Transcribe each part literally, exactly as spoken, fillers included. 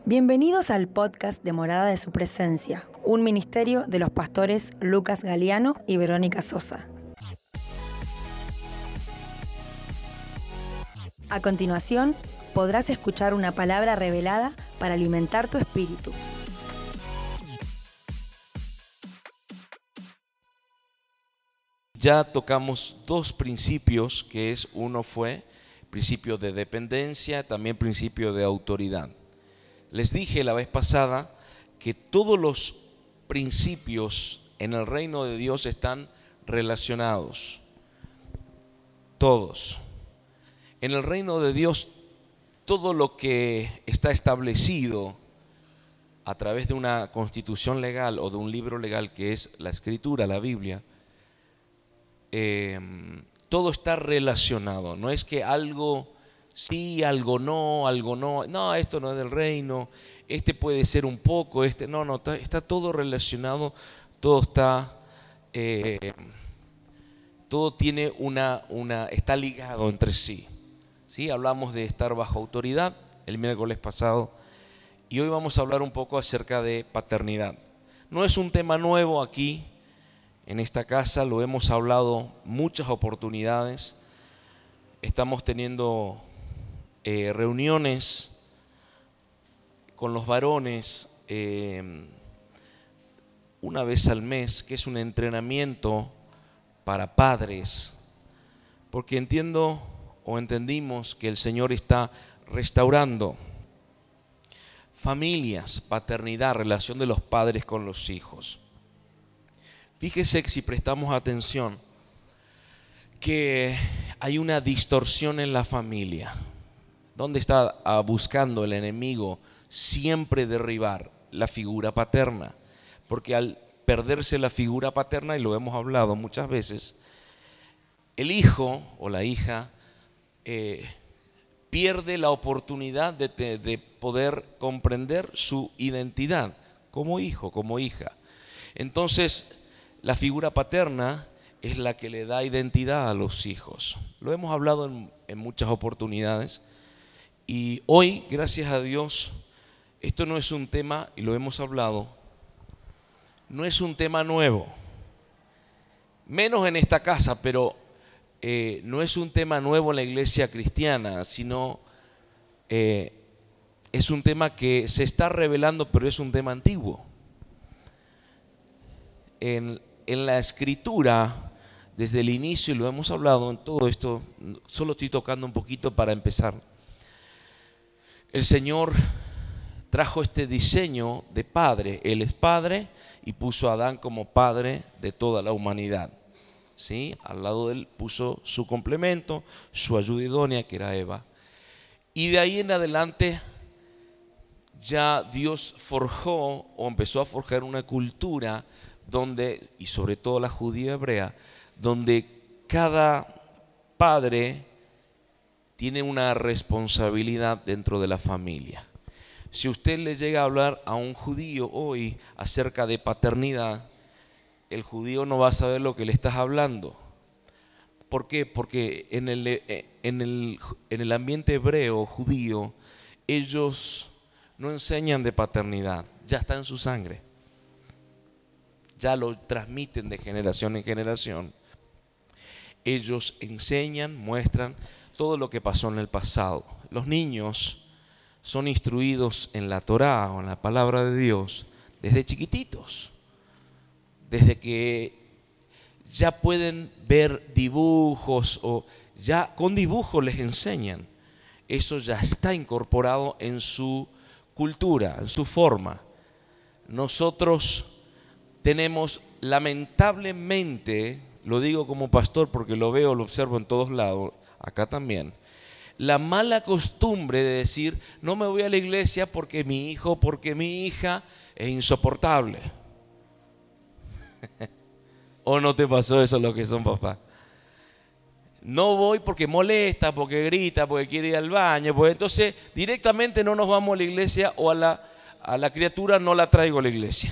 Bienvenidos al podcast de Morada de su Presencia, un ministerio de los pastores Lucas Galeano y Verónica Sosa. A continuación, podrás escuchar una palabra revelada para alimentar tu espíritu. Ya tocamos dos principios, que es uno fue principio de dependencia, también principio de autoridad. Les dije la vez pasada que todos los principios en el reino de Dios están relacionados. Todos. En el reino de Dios, todo lo que está establecido a través de una constitución legal o de un libro legal que es la Escritura, la Biblia, eh, todo está relacionado. No es que algo sí, algo no, algo no. No, esto no es del reino, este puede ser un poco, este no, no, está, está todo relacionado, todo está, eh, todo tiene una, una, está ligado entre sí. ¿Sí? Hablamos de estar bajo autoridad el miércoles pasado y hoy vamos a hablar un poco acerca de paternidad. No es un tema nuevo aquí en esta casa, lo hemos hablado muchas oportunidades. Estamos teniendo eh, reuniones con los varones eh, una vez al mes, que es un entrenamiento para padres, porque entiendo o entendimos que el Señor está restaurando familias, paternidad, relación de los padres con los hijos. Fíjese que si prestamos atención, que hay una distorsión en la familia. ¿Dónde está buscando el enemigo siempre derribar? La figura paterna. Porque al perderse la figura paterna, y lo hemos hablado muchas veces, el hijo o la hija eh, pierde la oportunidad de, de, de poder comprender su identidad como hijo, como hija. Entonces, la figura paterna es la que le da identidad a los hijos. Lo hemos hablado en, en muchas oportunidades y hoy, gracias a Dios, esto no es un tema, y lo hemos hablado, no es un tema nuevo, menos en esta casa, pero eh, no es un tema nuevo en la iglesia cristiana, sino eh, es un tema que se está revelando, pero es un tema antiguo. En, en la Escritura, desde el inicio, y lo hemos hablado en todo esto, solo estoy tocando un poquito para empezar. El Señor trajo este diseño de padre. Él es padre y puso a Adán como padre de toda la humanidad. ¿Sí? Al lado de él puso su complemento, su ayuda idónea, que era Eva. Y de ahí en adelante ya Dios forjó o empezó a forjar una cultura donde, y sobre todo la judía hebrea, donde cada padre tiene una responsabilidad dentro de la familia. Si usted le llega a hablar a un judío hoy acerca de paternidad, el judío no va a saber lo que le estás hablando. ¿Por qué? Porque en el, en el, en el ambiente hebreo, judío, ellos no enseñan de paternidad, ya está en su sangre. Ya lo transmiten de generación en generación. Ellos enseñan, muestran todo lo que pasó en el pasado. Los niños son instruidos en la Torá o en la palabra de Dios desde chiquititos, desde que ya pueden ver dibujos o ya con dibujos les enseñan. Eso ya está incorporado en su cultura, en su forma. Nosotros tenemos, lamentablemente, lo digo como pastor porque lo veo, lo observo en todos lados, acá también, la mala costumbre de decir, no me voy a la iglesia porque mi hijo, porque mi hija es insoportable. ¿O no te pasó eso los que son papás? No voy porque molesta, porque grita, porque quiere ir al baño, porque entonces directamente no nos vamos a la iglesia o a la, a la criatura no la traigo a la iglesia.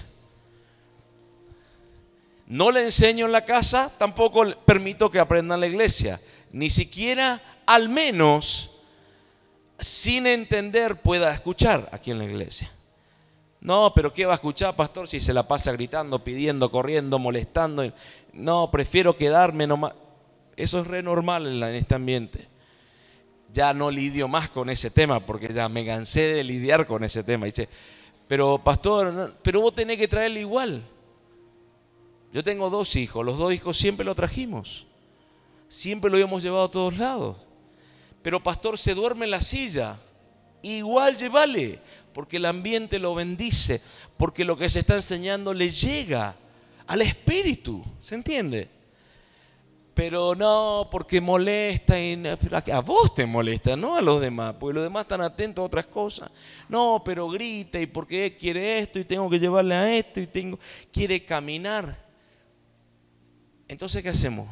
No le enseño en la casa, tampoco permito que aprenda en la iglesia. Ni siquiera, al menos, sin entender pueda escuchar aquí en la iglesia. No, pero ¿qué va a escuchar, pastor, si se la pasa gritando, pidiendo, corriendo, molestando? No, prefiero quedarme nomás. Eso es re normal en, la, en este ambiente. Ya no lidio más con ese tema porque ya me cansé de lidiar con ese tema. Dice, pero pastor, no, pero vos tenés que traerle igual. Yo tengo dos hijos, los dos hijos siempre lo trajimos. Siempre lo hemos llevado a todos lados. Pero pastor, se duerme en la silla. Igual llévale, porque el ambiente lo bendice, porque lo que se está enseñando le llega al espíritu, ¿se entiende? Pero no, porque molesta, y, pero a vos te molesta, no a los demás, porque los demás están atentos a otras cosas. No, pero grita, y porque quiere esto, y tengo que llevarle a esto, y tengo, quiere caminar. Entonces, ¿qué hacemos?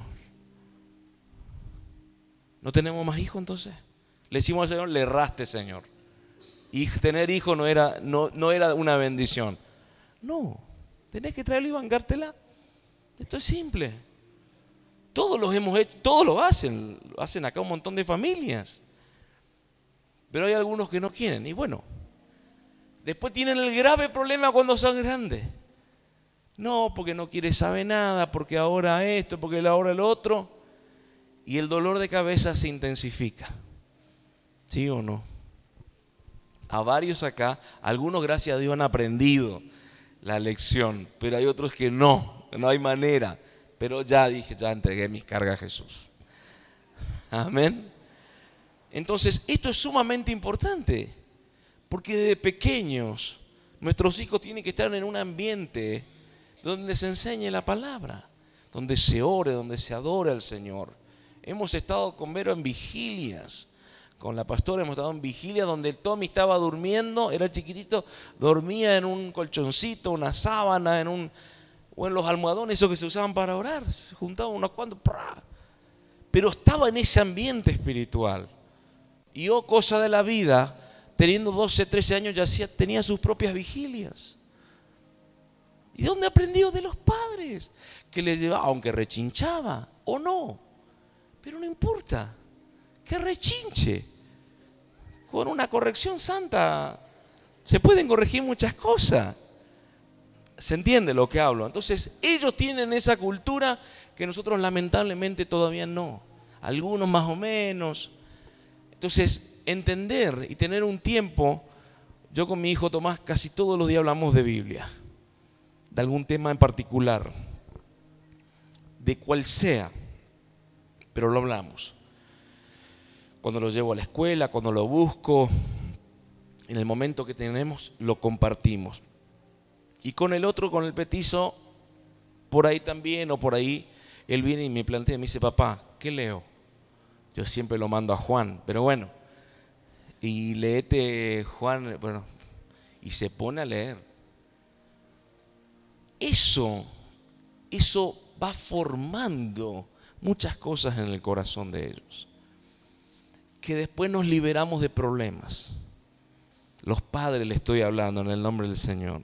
¿No tenemos más hijos entonces? Le decimos al Señor, le erraste, Señor. Y tener hijos no era, no, no era una bendición. No, tenés que traerlo y bancártela. Esto es simple. Todos los hemos hecho, todos lo hacen, lo hacen acá un montón de familias. Pero hay algunos que no quieren. Y bueno, después tienen el grave problema cuando son grandes. No, porque no quiere saber nada, porque ahora esto, porque ahora lo otro. Y el dolor de cabeza se intensifica. ¿Sí o no? A varios acá, algunos gracias a Dios han aprendido la lección, pero hay otros que no, no hay manera. Pero ya dije, ya entregué mis cargas a Jesús. Amén. Entonces, esto es sumamente importante, porque desde pequeños nuestros hijos tienen que estar en un ambiente donde se enseñe la palabra, donde se ore, donde se adore al Señor. Hemos estado con Vero en vigilias. Con la pastora hemos estado en vigilia donde el Tommy estaba durmiendo, era chiquitito, dormía en un colchoncito, una sábana, en un, o en los almohadones esos que se usaban para orar, se juntaban unos cuantos, ¡prá! Pero estaba en ese ambiente espiritual. Y oh, cosa de la vida, teniendo doce, trece años ya hacía, tenía sus propias vigilias. ¿Y dónde aprendió? De los padres, que le llevaba, aunque rechinchaba o no, pero no importa, que rechinche. Con una corrección santa se pueden corregir muchas cosas. ¿Se entiende lo que hablo? Entonces, ellos tienen esa cultura que nosotros lamentablemente todavía no. Algunos más o menos. Entonces, entender y tener un tiempo. Yo con mi hijo Tomás casi todos los días hablamos de Biblia, de algún tema en particular, de cual sea, pero lo hablamos. Cuando lo llevo a la escuela, cuando lo busco, en el momento que tenemos, lo compartimos. Y con el otro, con el petizo, por ahí también o por ahí, él viene y me plantea, me dice, papá, ¿qué leo? Yo siempre lo mando a Juan, pero bueno, y léete Juan, bueno, y se pone a leer. Eso, eso va formando muchas cosas en el corazón de ellos, que después nos liberamos de problemas. Los padres le estoy hablando en el nombre del Señor.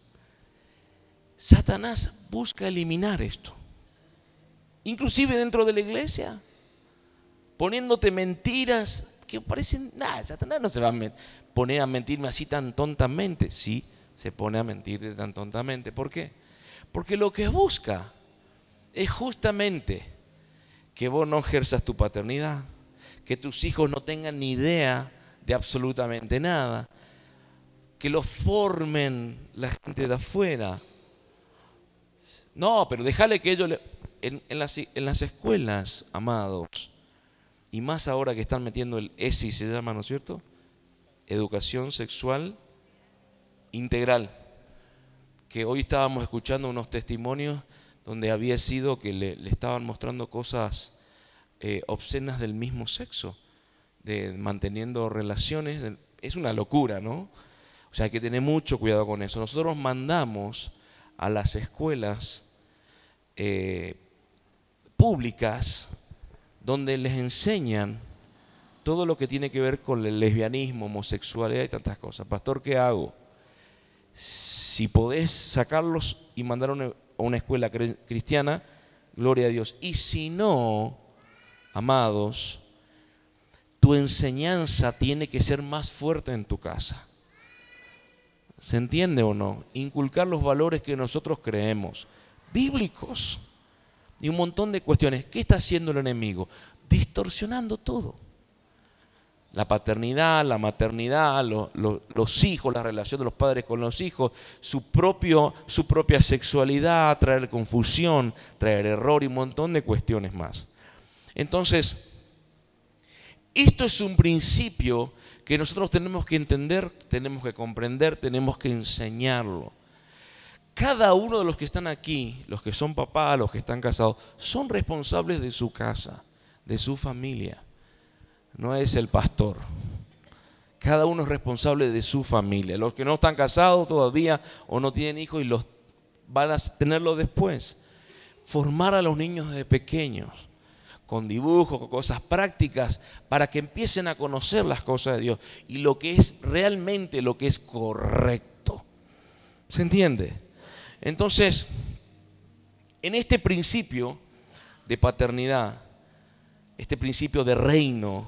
Satanás busca eliminar esto, inclusive dentro de la iglesia, poniéndote mentiras que parecen, nada, Satanás no se va a poner a mentirme así tan tontamente. Sí, se pone a mentirte tan tontamente. ¿Por qué? Porque lo que busca es justamente que vos no ejerzas tu paternidad, que tus hijos no tengan ni idea de absolutamente nada, que los formen la gente de afuera. No, pero déjale que ellos, le, en, en, las, en las escuelas, amados, y más ahora que están metiendo el E S I, se llama, ¿no es cierto? Educación Sexual Integral, que hoy estábamos escuchando unos testimonios donde había sido que le, le estaban mostrando cosas eh, obscenas del mismo sexo, de manteniendo relaciones, de, es una locura, ¿no? O sea, hay que tener mucho cuidado con eso. Nosotros mandamos a las escuelas eh, públicas donde les enseñan todo lo que tiene que ver con el lesbianismo, homosexualidad y tantas cosas. Pastor, ¿qué hago? Si podés sacarlos y mandar a una, a una escuela cristiana, gloria a Dios. Y si no, amados, tu enseñanza tiene que ser más fuerte en tu casa. ¿Se entiende o no? Inculcar los valores que nosotros creemos, bíblicos, y un montón de cuestiones. ¿Qué está haciendo el enemigo? Distorsionando todo. La paternidad, la maternidad, lo, lo, los hijos, la relación de los padres con los hijos, su, propio, su propia sexualidad, traer confusión, traer error y un montón de cuestiones más. Entonces, esto es un principio que nosotros tenemos que entender, tenemos que comprender, tenemos que enseñarlo. Cada uno de los que están aquí, los que son papás, los que están casados, son responsables de su casa, de su familia. No es el pastor. Cada uno es responsable de su familia. Los que no están casados todavía o no tienen hijos y los van a tenerlo después. Formar a los niños desde pequeños, con dibujos, con cosas prácticas, para que empiecen a conocer las cosas de Dios y lo que es realmente lo que es correcto. ¿Se entiende? Entonces, en este principio de paternidad, este principio de reino,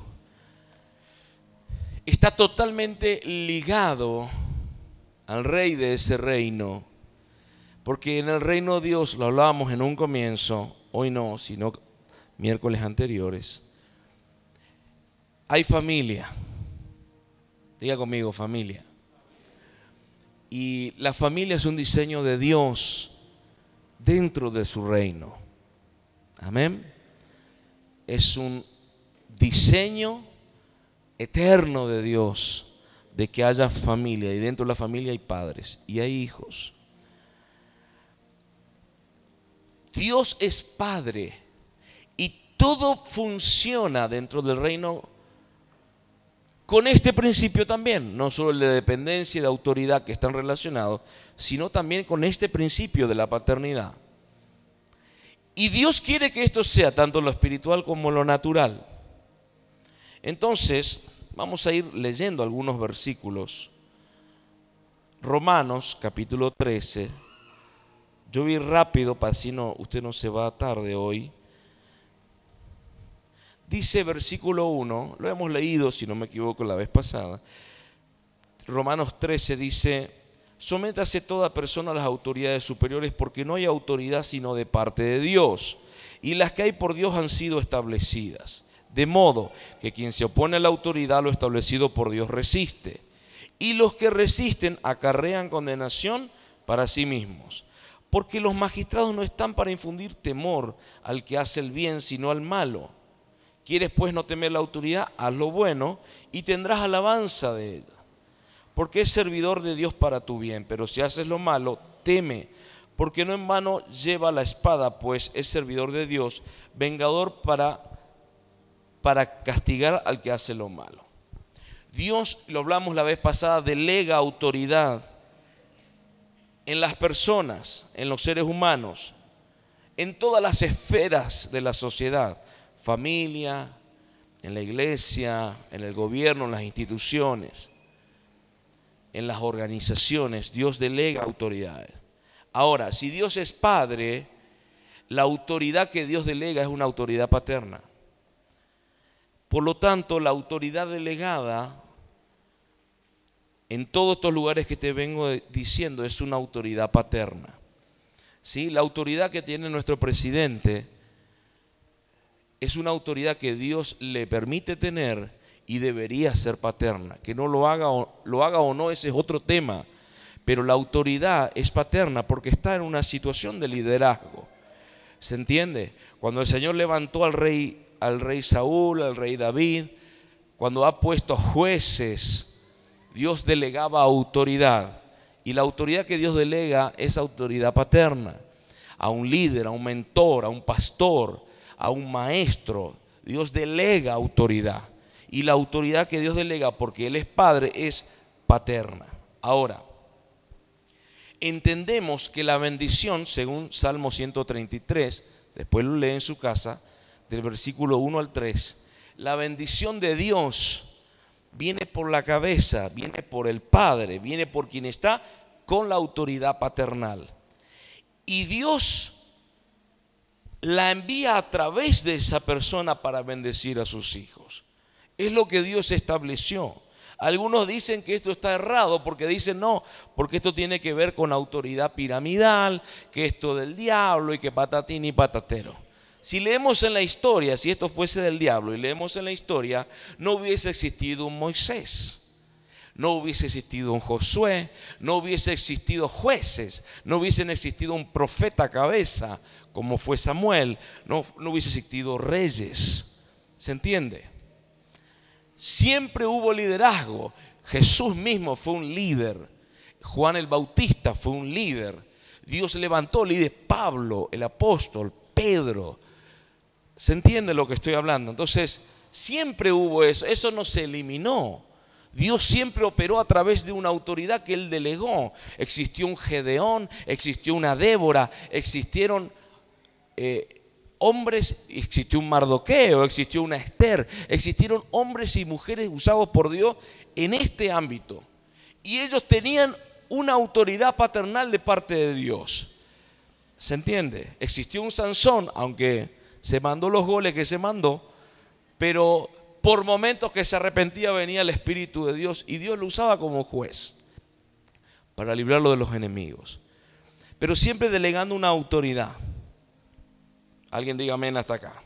está totalmente ligado al rey de ese reino, porque en el reino de Dios, lo hablábamos en un comienzo, hoy no, sino miércoles anteriores, hay familia. Diga conmigo, familia. Y la familia es un diseño de Dios dentro de su reino. Amén. Es un diseño eterno de Dios de que haya familia, y dentro de la familia hay padres y hay hijos. Dios es Padre y todo funciona dentro del reino con este principio también, no solo el de dependencia y de autoridad que están relacionados, sino también con este principio de la paternidad. Y Dios quiere que esto sea tanto lo espiritual como lo natural. Entonces, vamos a ir leyendo algunos versículos. Romanos, capítulo trece. Yo voy rápido para si no, usted no se va tarde hoy. Dice versículo uno, lo hemos leído, si no me equivoco, la vez pasada. Romanos trece dice: sométase toda persona a las autoridades superiores, porque no hay autoridad sino de parte de Dios, y las que hay por Dios han sido establecidas. De modo que quien se opone a la autoridad, lo establecido por Dios resiste. Y los que resisten acarrean condenación para sí mismos. Porque los magistrados no están para infundir temor al que hace el bien, sino al malo. ¿Quieres pues no temer la autoridad? Haz lo bueno y tendrás alabanza de ella. Porque es servidor de Dios para tu bien. Pero si haces lo malo, teme. Porque no en vano lleva la espada, pues es servidor de Dios, vengador para, para castigar al que hace lo malo. Dios, lo hablamos la vez pasada, delega autoridad en las personas, en los seres humanos, en todas las esferas de la sociedad. Familia, en la iglesia, en el gobierno, en las instituciones, en las organizaciones. Dios delega autoridades. Ahora, si Dios es Padre, la autoridad que Dios delega es una autoridad paterna. Por lo tanto, la autoridad delegada en todos estos lugares que te vengo diciendo es una autoridad paterna. ¿Sí? La autoridad que tiene nuestro presidente es una autoridad que Dios le permite tener y debería ser paterna. Que no lo haga o, lo haga o no, ese es otro tema. Pero la autoridad es paterna porque está en una situación de liderazgo. ¿Se entiende? Cuando el Señor levantó al rey, al rey Saúl, al rey David, cuando ha puesto jueces, Dios delegaba autoridad. Y la autoridad que Dios delega es autoridad paterna. A un líder, a un mentor, a un pastor, a un maestro, Dios delega autoridad. Y la autoridad que Dios delega, porque Él es Padre, es paterna. Ahora, entendemos que la bendición, según Salmo ciento treinta y tres, después lo lee en su casa, del versículo uno al tres, la bendición de Dios viene por la cabeza, viene por el Padre, viene por quien está con la autoridad paternal. Y Dios la envía a través de esa persona para bendecir a sus hijos. Es lo que Dios estableció. Algunos dicen que esto está errado porque dicen no, porque esto tiene que ver con autoridad piramidal, que esto del diablo y que patatín y patatero. Si leemos en la historia, si esto fuese del diablo y leemos en la historia, no hubiese existido un Moisés, no hubiese existido un Josué, no hubiese existido jueces, no hubiesen existido un profeta cabeza como fue Samuel, no, no hubiese existido reyes. ¿Se entiende? Siempre hubo liderazgo. Jesús mismo fue un líder. Juan el Bautista fue un líder. Dios levantó líderes. Pablo, el apóstol, Pedro. ¿Se entiende lo que estoy hablando? Entonces, siempre hubo eso. Eso no se eliminó. Dios siempre operó a través de una autoridad que Él delegó. Existió un Gedeón, existió una Débora, existieron eh, hombres, existió un Mardoqueo, existió una Esther, existieron hombres y mujeres usados por Dios en este ámbito. Y ellos tenían una autoridad paternal de parte de Dios. ¿Se entiende? Existió un Sansón, aunque se mandó los goles que se mandó, pero por momentos que se arrepentía venía el Espíritu de Dios y Dios lo usaba como juez para librarlo de los enemigos, pero siempre delegando una autoridad. Alguien diga amén hasta acá.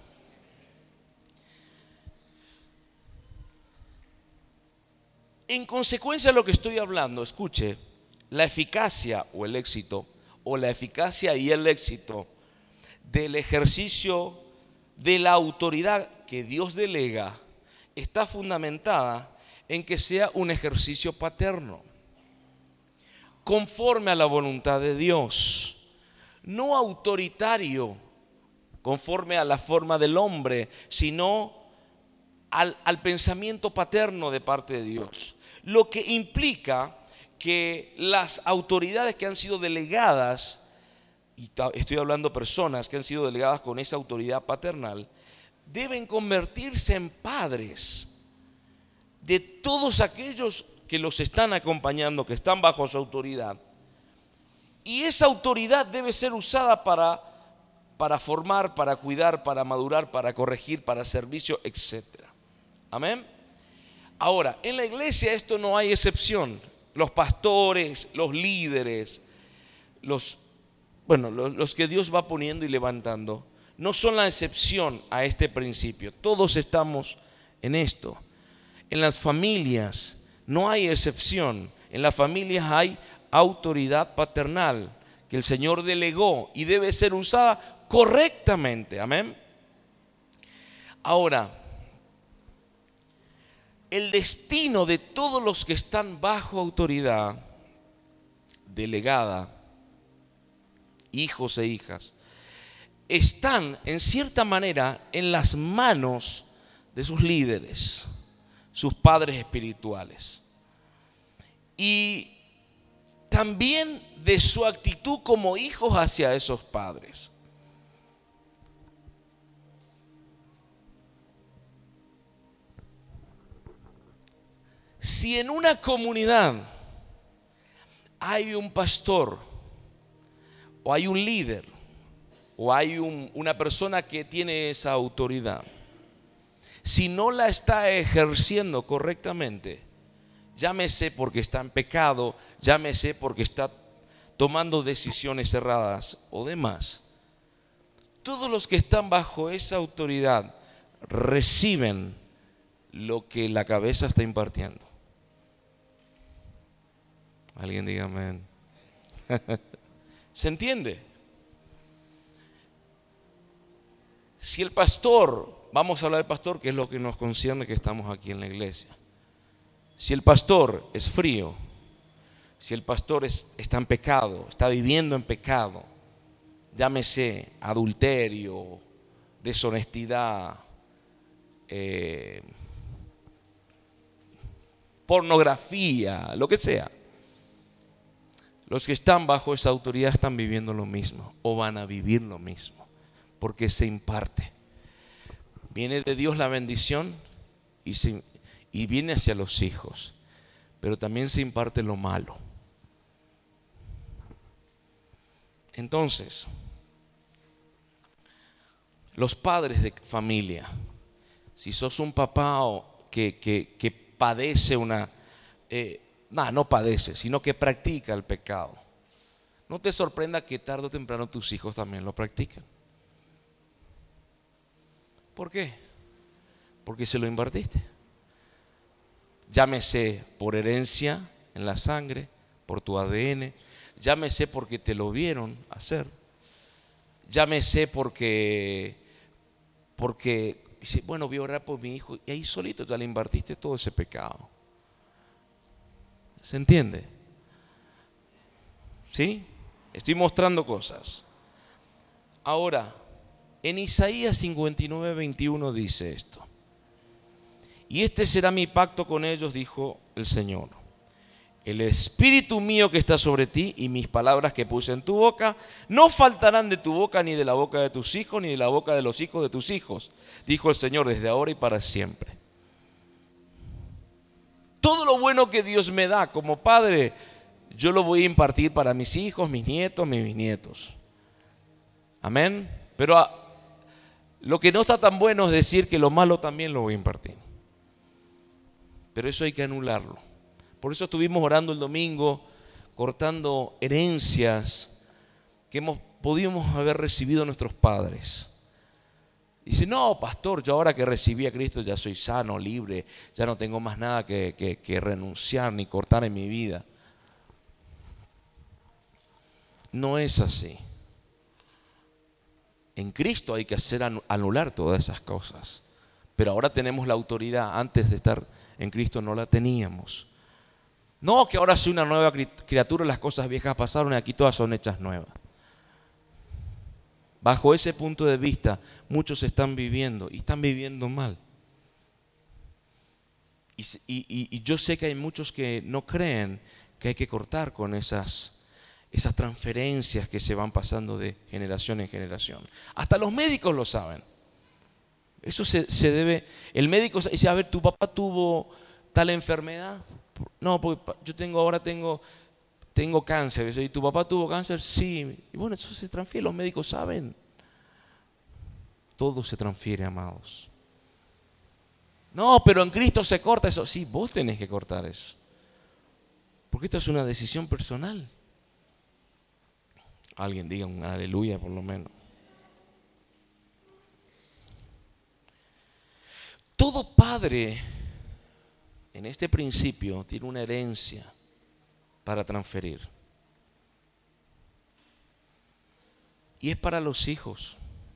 En consecuencia de lo que estoy hablando, escuche, la eficacia o el éxito, o la eficacia y el éxito del ejercicio de la autoridad que Dios delega está fundamentada en que sea un ejercicio paterno, conforme a la voluntad de Dios, no autoritario, conforme a la forma del hombre, sino al, al pensamiento paterno de parte de Dios. Lo que implica que las autoridades que han sido delegadas, y estoy hablando de personas que han sido delegadas con esa autoridad paternal, deben convertirse en padres de todos aquellos que los están acompañando, que están bajo su autoridad. Y esa autoridad debe ser usada para, para formar, para cuidar, para madurar, para corregir, para servicio, etcétera. Amén. Ahora, en la iglesia esto no hay excepción. Los pastores, los líderes, los, bueno, los, los que Dios va poniendo y levantando, no son la excepción a este principio. Todos estamos en esto. En las familias no hay excepción. En las familias hay autoridad paternal que el Señor delegó y debe ser usada correctamente. Amén. Ahora, el destino de todos los que están bajo autoridad delegada, hijos e hijas, están en cierta manera en las manos de sus líderes, sus padres espirituales, y también de su actitud como hijos hacia esos padres. Si en una comunidad hay un pastor o hay un líder o hay un, una persona que tiene esa autoridad, si no la está ejerciendo correctamente, llámese porque está en pecado, llámese porque está tomando decisiones erradas o demás, todos los que están bajo esa autoridad reciben lo que la cabeza está impartiendo. Alguien diga amén. ¿Se entiende? Si el pastor, vamos a hablar del pastor, que es lo que nos concierne que estamos aquí en la iglesia. Si el pastor es frío, si el pastor es, está en pecado, está viviendo en pecado, llámese adulterio, deshonestidad, eh, pornografía, lo que sea, los que están bajo esa autoridad están viviendo lo mismo o van a vivir lo mismo, porque se imparte. Viene de Dios la bendición y, se, y viene hacia los hijos, pero también se imparte lo malo. Entonces, los padres de familia, si sos un papá o que, que, que padece una... Eh, no, no padece, sino que practica el pecado. No te sorprenda que tarde o temprano tus hijos también lo practican. ¿Por qué? Porque se lo impartiste. Llámese por herencia en la sangre, por tu A D N, llámese porque te lo vieron hacer, llámese porque, porque bueno, voy a orar por mi hijo, y ahí solito ya le impartiste todo ese pecado. ¿Se entiende? ¿Sí? Estoy mostrando cosas. Ahora, en Isaías cincuenta y nueve, veintiuno dice esto: y este será mi pacto con ellos, dijo el Señor. El espíritu mío que está sobre ti y mis palabras que puse en tu boca no faltarán de tu boca, ni de la boca de tus hijos, ni de la boca de los hijos de tus hijos, dijo el Señor, desde ahora y para siempre. Todo lo bueno que Dios me da como padre, yo lo voy a impartir para mis hijos, mis nietos, mis bisnietos. Amén. Pero a, lo que no está tan bueno es decir que lo malo también lo voy a impartir. Pero eso hay que anularlo. Por eso estuvimos orando el domingo, cortando herencias que hemos podido haber recibido nuestros padres. Dice, no, pastor, yo ahora que recibí a Cristo ya soy sano, libre, ya no tengo más nada que, que, que renunciar ni cortar en mi vida. No es así. En Cristo hay que hacer anular todas esas cosas. Pero ahora tenemos la autoridad. Antes de estar en Cristo no la teníamos. No, que ahora soy una nueva criatura, las cosas viejas pasaron y aquí todas son hechas nuevas. Bajo ese punto de vista, muchos están viviendo y están viviendo mal. Y, y, y yo sé que hay muchos que no creen que hay que cortar con esas, esas transferencias que se van pasando de generación en generación. Hasta los médicos lo saben. Eso se, se debe, el médico dice, a ver, tu papá tuvo tal enfermedad. No, porque yo tengo, ahora tengo, tengo cáncer. ¿Y tu papá tuvo cáncer? Sí. Y bueno, eso se transfiere, los médicos saben. Todo se transfiere, amados. No, pero en Cristo se corta eso. Sí, vos tenés que cortar eso. Porque esto es una decisión personal. Alguien diga un aleluya por lo menos. Todo padre en este principio tiene una herencia para transferir. Y es para los hijos.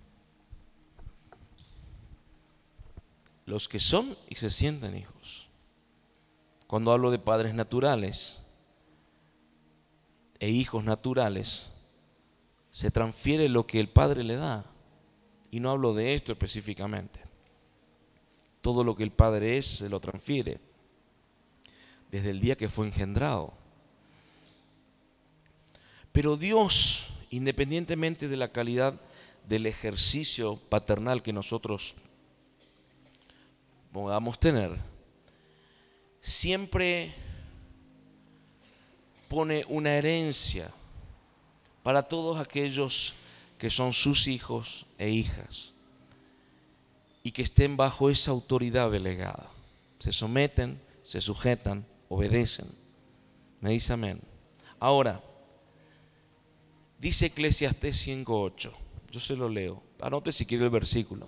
Los que son y se sienten hijos. Cuando hablo de padres naturales e hijos naturales, se transfiere lo que el padre le da. Y no hablo de esto específicamente. Todo lo que el padre es se lo transfiere. Desde el día que fue engendrado. Pero Dios, independientemente de la calidad del ejercicio paternal que nosotros podamos tener, siempre pone una herencia para todos aquellos que son sus hijos e hijas y que estén bajo esa autoridad delegada. Se someten, se sujetan, obedecen. Me dice amén. Ahora, dice Eclesiastés cinco ocho. Yo se lo leo. Anote si quiere el versículo.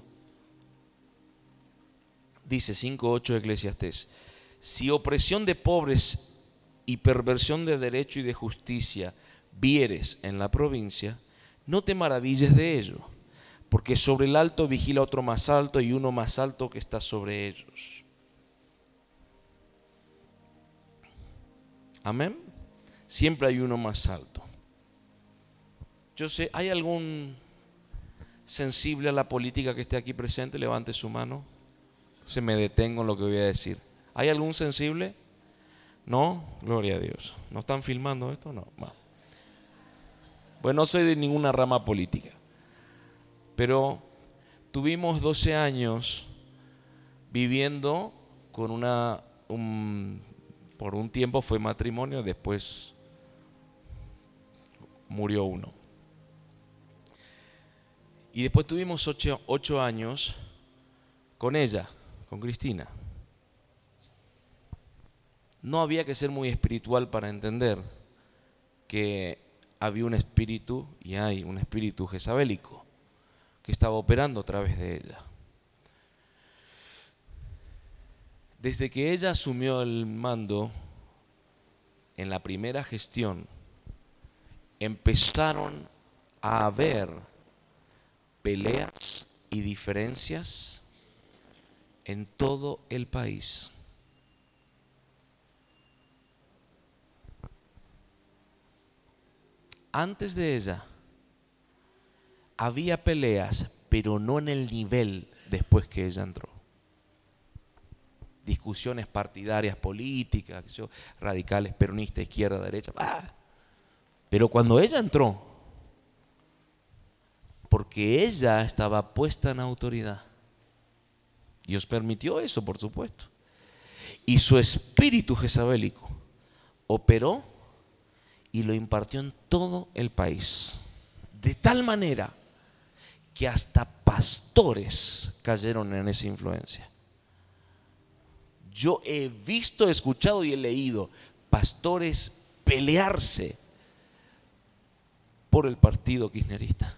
Dice cinco ocho de Eclesiastés: si opresión de pobres y perversión de derecho y de justicia vieres en la provincia, no te maravilles de ello, porque sobre el alto vigila otro más alto y uno más alto que está sobre ellos. Amén. Siempre hay uno más alto. Yo sé, ¿hay algún sensible a la política que esté aquí presente? Levante su mano. Se me detengo en lo que voy a decir. ¿Hay algún sensible? ¿No? Gloria a Dios. ¿No están filmando esto? No. Bueno, pues no soy de ninguna rama política. Pero tuvimos doce años viviendo con una... Un, por un tiempo fue matrimonio, después murió uno. Y después tuvimos ocho, ocho años con ella, con Cristina. no había que ser muy espiritual para entender que había un espíritu, y hay un espíritu jezabélico, que estaba operando a través de ella. Desde que ella asumió el mando, en la primera gestión, empezaron a haber peleas y diferencias en todo el país. Antes de ella, había peleas, pero no en el nivel después que ella entró. Discusiones partidarias, políticas, radicales, peronistas, izquierda, derecha. ¡Ah! Pero cuando ella entró, porque ella estaba puesta en autoridad, Dios permitió eso, por supuesto, y su espíritu jezabélico operó y lo impartió en todo el país, de tal manera que hasta pastores cayeron en esa influencia. Yo he visto, he escuchado y he leído pastores pelearse por el partido kirchnerista,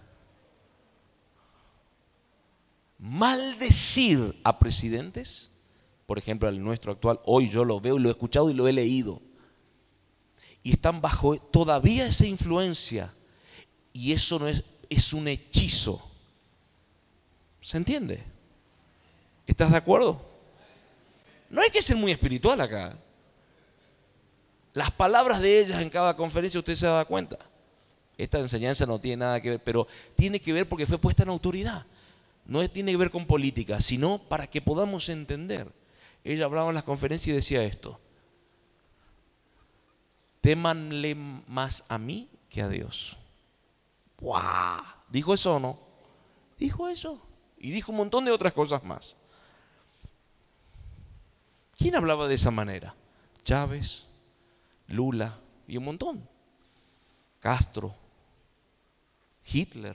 maldecir a presidentes, por ejemplo el nuestro actual. Hoy yo lo veo y lo he escuchado y lo he leído, y están bajo todavía esa influencia, y eso no es, es un hechizo. ¿Se entiende? ¿Estás de acuerdo? No hay que ser muy espiritual acá. Las palabras de ellas en cada conferencia usted se da cuenta. Esta enseñanza no tiene nada que ver, pero tiene que ver porque fue puesta en autoridad. No tiene que ver con política, sino para que podamos entender. Ella hablaba en las conferencias y decía esto: témanle más a mí que a Dios. ¡Wow! ¿Dijo eso o no? Dijo eso. Y dijo un montón de otras cosas más. ¿Quién hablaba de esa manera? Chávez, Lula y un montón. Castro, Hitler.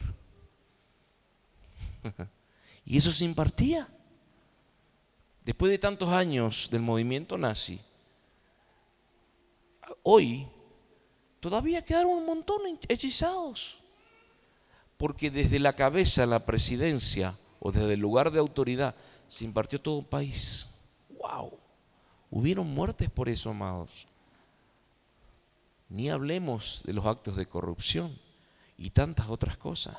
Y eso se impartía. Después de tantos años del movimiento nazi, hoy todavía quedaron un montón hechizados. Porque desde la cabeza, la presidencia o desde el lugar de autoridad se impartió todo un país. ¡Wow! Hubieron muertes por eso, amados. Ni hablemos de los actos de corrupción y tantas otras cosas.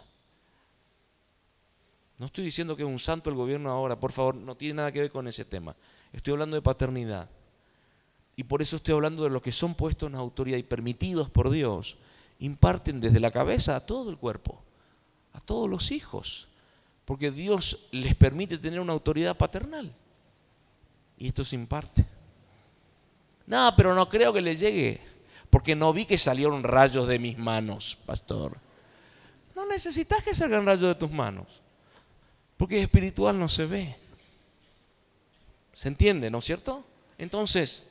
No estoy diciendo que es un santo el gobierno ahora, por favor, no tiene nada que ver con ese tema. Estoy hablando de paternidad. Y por eso estoy hablando de los que son puestos en autoridad y permitidos por Dios. Imparten desde la cabeza a todo el cuerpo, a todos los hijos. Porque Dios les permite tener una autoridad paternal. Y esto se imparte. No, pero no creo que le llegue, porque no vi que salieron rayos de mis manos, pastor. No necesitas que salgan rayos de tus manos, porque espiritual no se ve. ¿Se entiende, no es cierto? Entonces,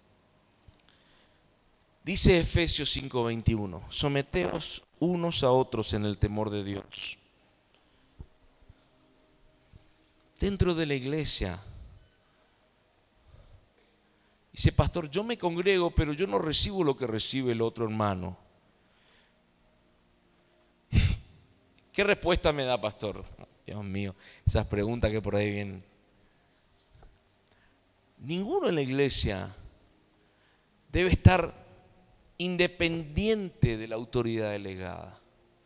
dice Efesios cinco veintiuno, someteos unos a otros en el temor de Dios. Dentro de la iglesia, dice, pastor, yo me congrego, pero yo no recibo lo que recibe el otro hermano. ¿Qué respuesta me da, pastor? Dios mío, esas preguntas que por ahí vienen. Ninguno en la iglesia debe estar independiente de la autoridad delegada.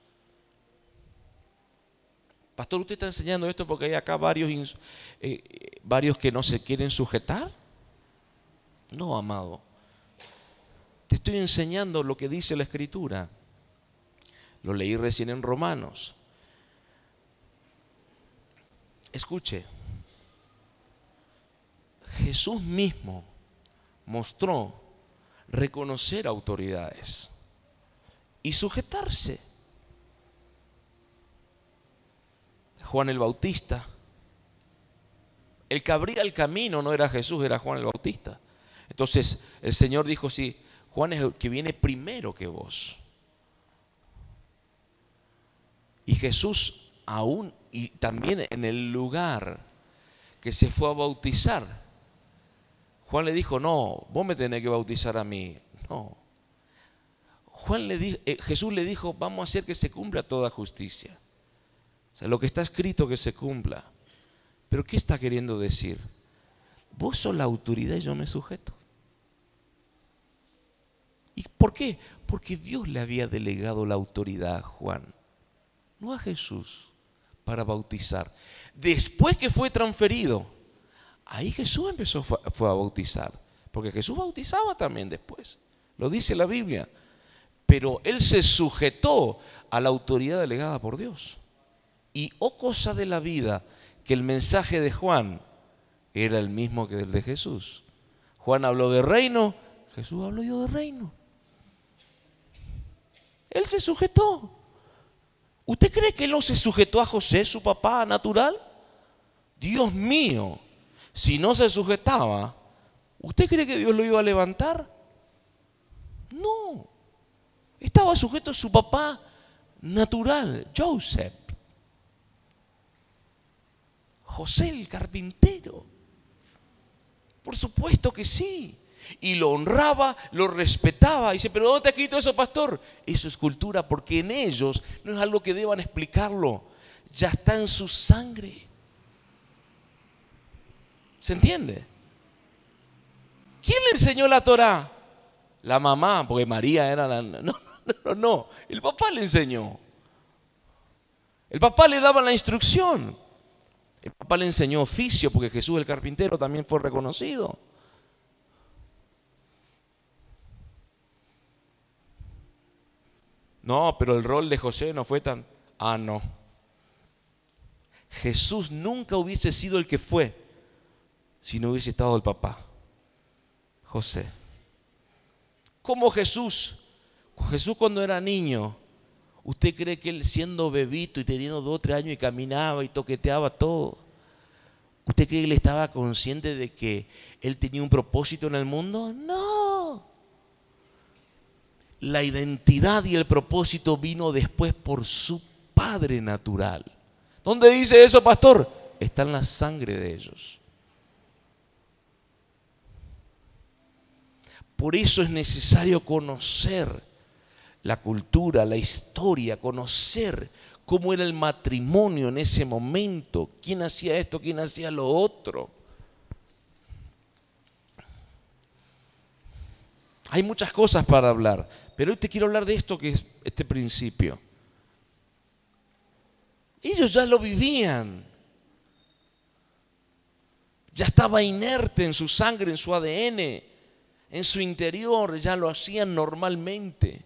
Pastor, ¿usted está enseñando esto porque hay acá varios, eh, varios que no se quieren sujetar? No, amado. Te estoy enseñando lo que dice la Escritura. Lo leí recién en Romanos. Escuche. Jesús mismo mostró reconocer autoridades y sujetarse. Juan el Bautista. El que abría el camino no era Jesús, era Juan el Bautista. Entonces el Señor dijo, sí, Juan es el que viene primero que vos. Y Jesús aún, y también en el lugar que se fue a bautizar, Juan le dijo, no, vos me tenés que bautizar a mí. No. Juan le di, eh, Jesús le dijo, vamos a hacer que se cumpla toda justicia. O sea, lo que está escrito que se cumpla. Pero ¿qué está queriendo decir? Vos sos la autoridad y yo me sujeto. ¿Y por qué? Porque Dios le había delegado la autoridad a Juan, no a Jesús, para bautizar. Después que fue transferido, ahí Jesús empezó fue a bautizar, porque Jesús bautizaba también después, lo dice la Biblia, pero él se sujetó a la autoridad delegada por Dios. Y oh cosa de la vida, que el mensaje de Juan era el mismo que el de Jesús. Juan habló de reino, Jesús habló yo de reino. Él se sujetó. ¿Usted cree que él no se sujetó a José, su papá natural? Dios mío, si no se sujetaba, ¿usted cree que Dios lo iba a levantar? No. Estaba sujeto a su papá natural, Joseph. José el carpintero. Por supuesto que sí. Y lo honraba, lo respetaba. Y dice, ¿pero dónde está escrito eso, pastor? Eso es cultura, porque en ellos no es algo que deban explicarlo. Ya está en su sangre. ¿Se entiende? ¿Quién le enseñó la Torá? La mamá, porque María era la... No, no, no, no. El papá le enseñó. El papá le daba la instrucción. El papá le enseñó oficio, porque Jesús el carpintero también fue reconocido. No, pero el rol de José no fue tan... Ah, no. Jesús nunca hubiese sido el que fue si no hubiese estado el papá, José. ¿Cómo Jesús? Jesús cuando era niño, ¿usted cree que él siendo bebito y teniendo dos o tres años y caminaba y toqueteaba todo? ¿Usted cree que él estaba consciente de que él tenía un propósito en el mundo? No. La identidad y el propósito vino después por su padre natural. ¿Dónde dice eso, pastor? Está en la sangre de ellos. Por eso es necesario conocer la cultura, la historia, conocer cómo era el matrimonio en ese momento, quién hacía esto, quién hacía lo otro. Hay muchas cosas para hablar, pero hoy te quiero hablar de esto que es este principio. Ellos ya lo vivían, ya estaba inerte en su sangre, en su A D N, en su interior, ya lo hacían normalmente.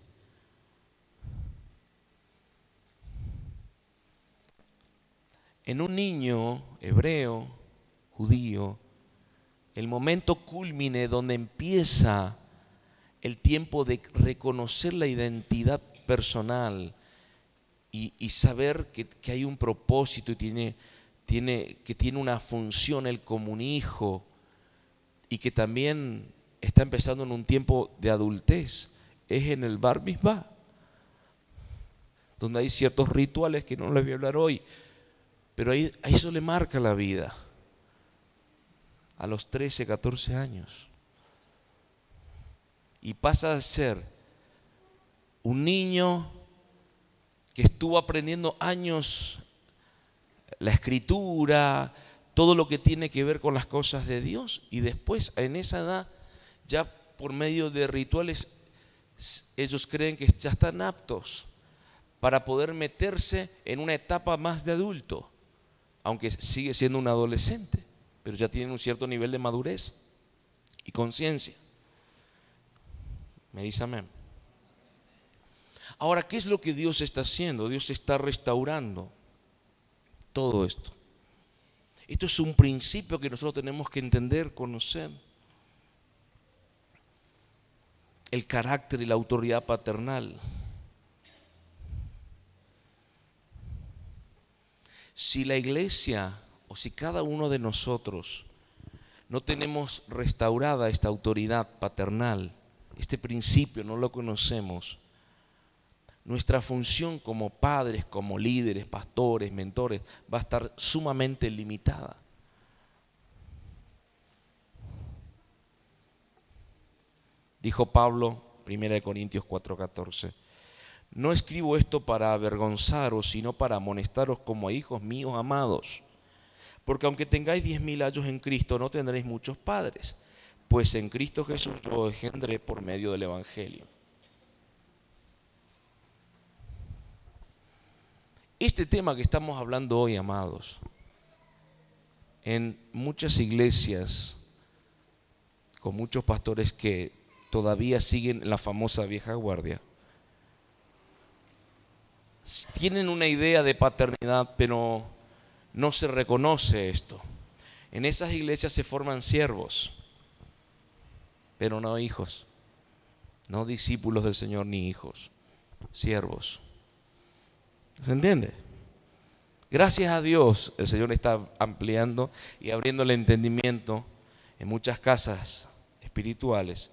En un niño hebreo, judío, el momento cúlmine donde empieza el tiempo de reconocer la identidad personal y, y saber que, que hay un propósito y tiene, tiene, que tiene una función él como un hijo y que también está empezando en un tiempo de adultez, es en el Bar Mitzvah, donde hay ciertos rituales que no les voy a hablar hoy, pero ahí, a eso le marca la vida, a los trece, catorce años. Y pasa a ser un niño que estuvo aprendiendo años la escritura, todo lo que tiene que ver con las cosas de Dios, y después en esa edad, ya por medio de rituales, ellos creen que ya están aptos para poder meterse en una etapa más de adulto, aunque sigue siendo un adolescente, pero ya tienen un cierto nivel de madurez y conciencia. Me dice amén. Ahora, ¿qué es lo que Dios está haciendo? Dios está restaurando todo esto. Esto es un principio que nosotros tenemos que entender, conocer. El carácter y la autoridad paternal. Si la iglesia o si cada uno de nosotros no tenemos restaurada esta autoridad paternal, este principio no lo conocemos, nuestra función como padres, como líderes, pastores, mentores, va a estar sumamente limitada. Dijo Pablo, primera de Corintios cuatro catorce. No escribo esto para avergonzaros, sino para amonestaros como a hijos míos amados. Porque aunque tengáis diez mil años en Cristo, no tendréis muchos padres, pues en Cristo Jesús yo os engendré por medio del Evangelio. Este tema que estamos hablando hoy, amados, en muchas iglesias, con muchos pastores que todavía siguen la famosa vieja guardia, tienen una idea de paternidad, pero no se reconoce esto. En esas iglesias se forman siervos, pero no hijos, no discípulos del Señor ni hijos, siervos. ¿Se entiende? Gracias a Dios el Señor está ampliando y abriendo el entendimiento en muchas casas espirituales.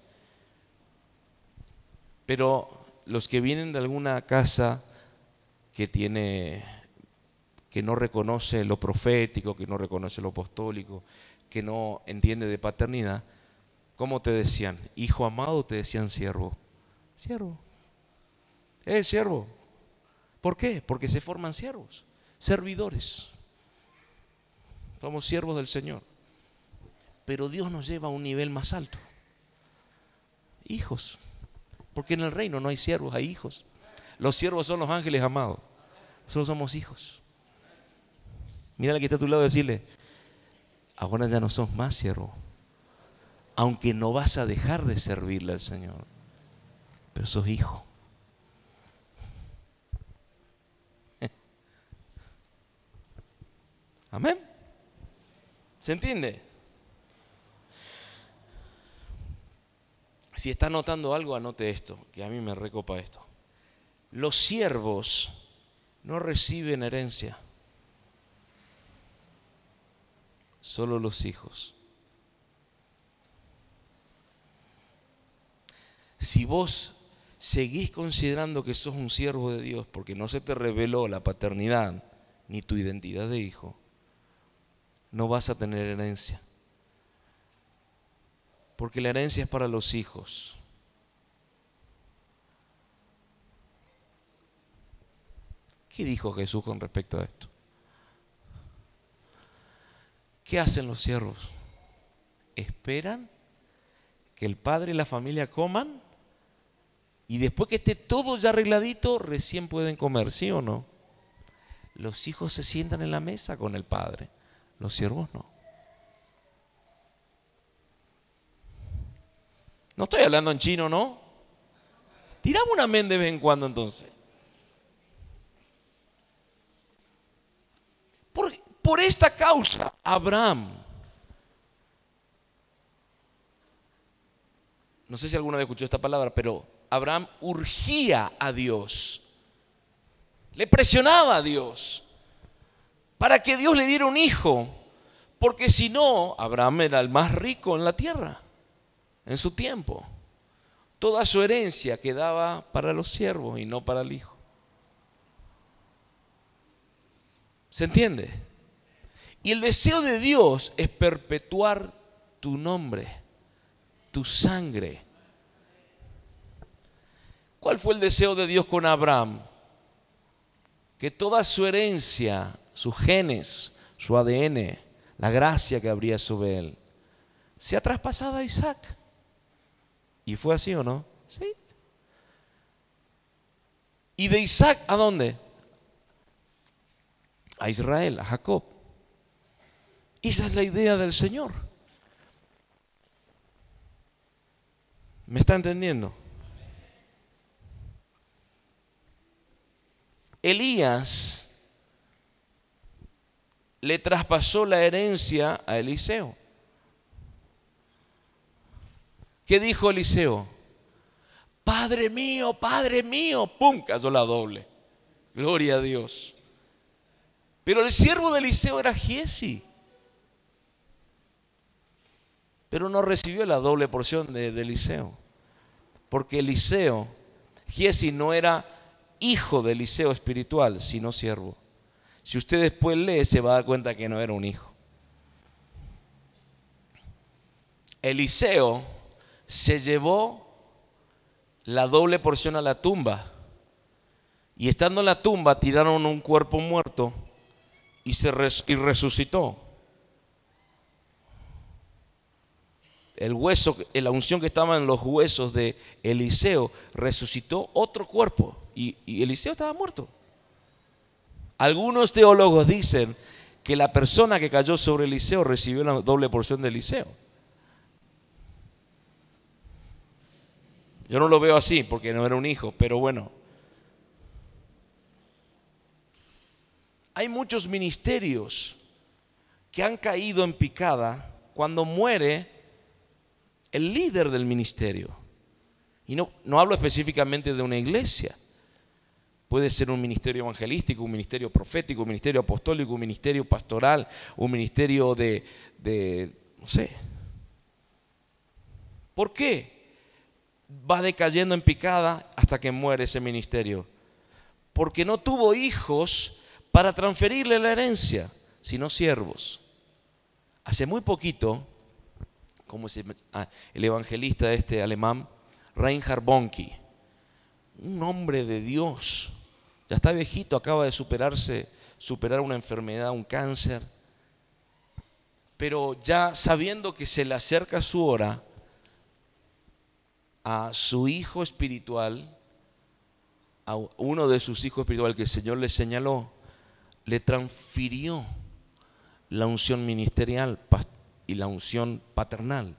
Pero los que vienen de alguna casa que tiene, que no reconoce lo profético, que no reconoce lo apostólico, que no entiende de paternidad, ¿cómo te decían? Hijo amado, te decían siervo. Siervo. Eh, siervo. ¿Por qué? Porque se forman siervos, servidores. Somos siervos del Señor. Pero Dios nos lleva a un nivel más alto. Hijos. Porque en el reino no hay siervos, hay hijos. Los siervos son los ángeles amados. Nosotros somos hijos. Mira al que está a tu lado y decirle, ahora ya no sos más siervo. Aunque no vas a dejar de servirle al Señor, pero sos hijo. Amén. ¿Se entiende? Si está anotando algo, anote esto, que a mí me recopa esto. Los siervos no reciben herencia, solo los hijos. Si vos seguís considerando que sos un siervo de Dios porque no se te reveló la paternidad ni tu identidad de hijo, no vas a tener herencia. Porque la herencia es para los hijos. ¿Qué dijo Jesús con respecto a esto? ¿Qué hacen los siervos? Esperan que el padre y la familia coman y después que esté todo ya arregladito, recién pueden comer, ¿sí o no? Los hijos se sientan en la mesa con el padre, los siervos no. No estoy hablando en chino, ¿no? Tirame un amén de vez en cuando entonces. Por, por esta causa, Abraham, no sé si alguna vez escuchó esta palabra, pero Abraham urgía a Dios, le presionaba a Dios para que Dios le diera un hijo, porque si no, Abraham era el más rico en la tierra en su tiempo. Toda su herencia quedaba para los siervos y no para el hijo. ¿Se entiende? Y el deseo de Dios es perpetuar tu nombre, tu sangre. ¿Cuál fue el deseo de Dios con Abraham? Que toda su herencia, sus genes, su A D N, la gracia que habría sobre él, sea traspasada a Isaac. ¿Y fue así o no? Sí. ¿Y de Isaac a dónde? A Israel, a Jacob. Esa es la idea del Señor. ¿Me está entendiendo? Elías le traspasó la herencia a Eliseo. ¿Qué dijo Eliseo? Padre mío, Padre mío. ¡Pum! Cayó la doble. Gloria a Dios. Pero el siervo de Eliseo era Giesi. Pero no recibió la doble porción de, de Eliseo. Porque Eliseo, Giesi no era hijo de Eliseo espiritual, sino siervo. Si usted después lee, se va a dar cuenta que no era un hijo. Eliseo se llevó la doble porción a la tumba. Y estando en la tumba tiraron un cuerpo muerto y, se res, y resucitó. El hueso, la unción que estaba en los huesos de Eliseo resucitó otro cuerpo y, y Eliseo estaba muerto. Algunos teólogos dicen que la persona que cayó sobre Eliseo recibió la doble porción de Eliseo. Yo no lo veo así porque no era un hijo, pero bueno. Hay muchos ministerios que han caído en picada cuando muere el líder del ministerio. Y no, no hablo específicamente de una iglesia. Puede ser un ministerio evangelístico, un ministerio profético, un ministerio apostólico, un ministerio pastoral, un ministerio de, de no sé. ¿Por qué va decayendo en picada hasta que muere ese ministerio? Porque no tuvo hijos para transferirle la herencia, sino siervos. Hace muy poquito, como es el evangelista este alemán, Reinhard Bonnke, un hombre de Dios, ya está viejito, acaba de superarse, superar una enfermedad, un cáncer, pero ya sabiendo que se le acerca su hora, a su hijo espiritual, a uno de sus hijos espirituales que el Señor le señaló, le transfirió la unción ministerial y la unción paternal.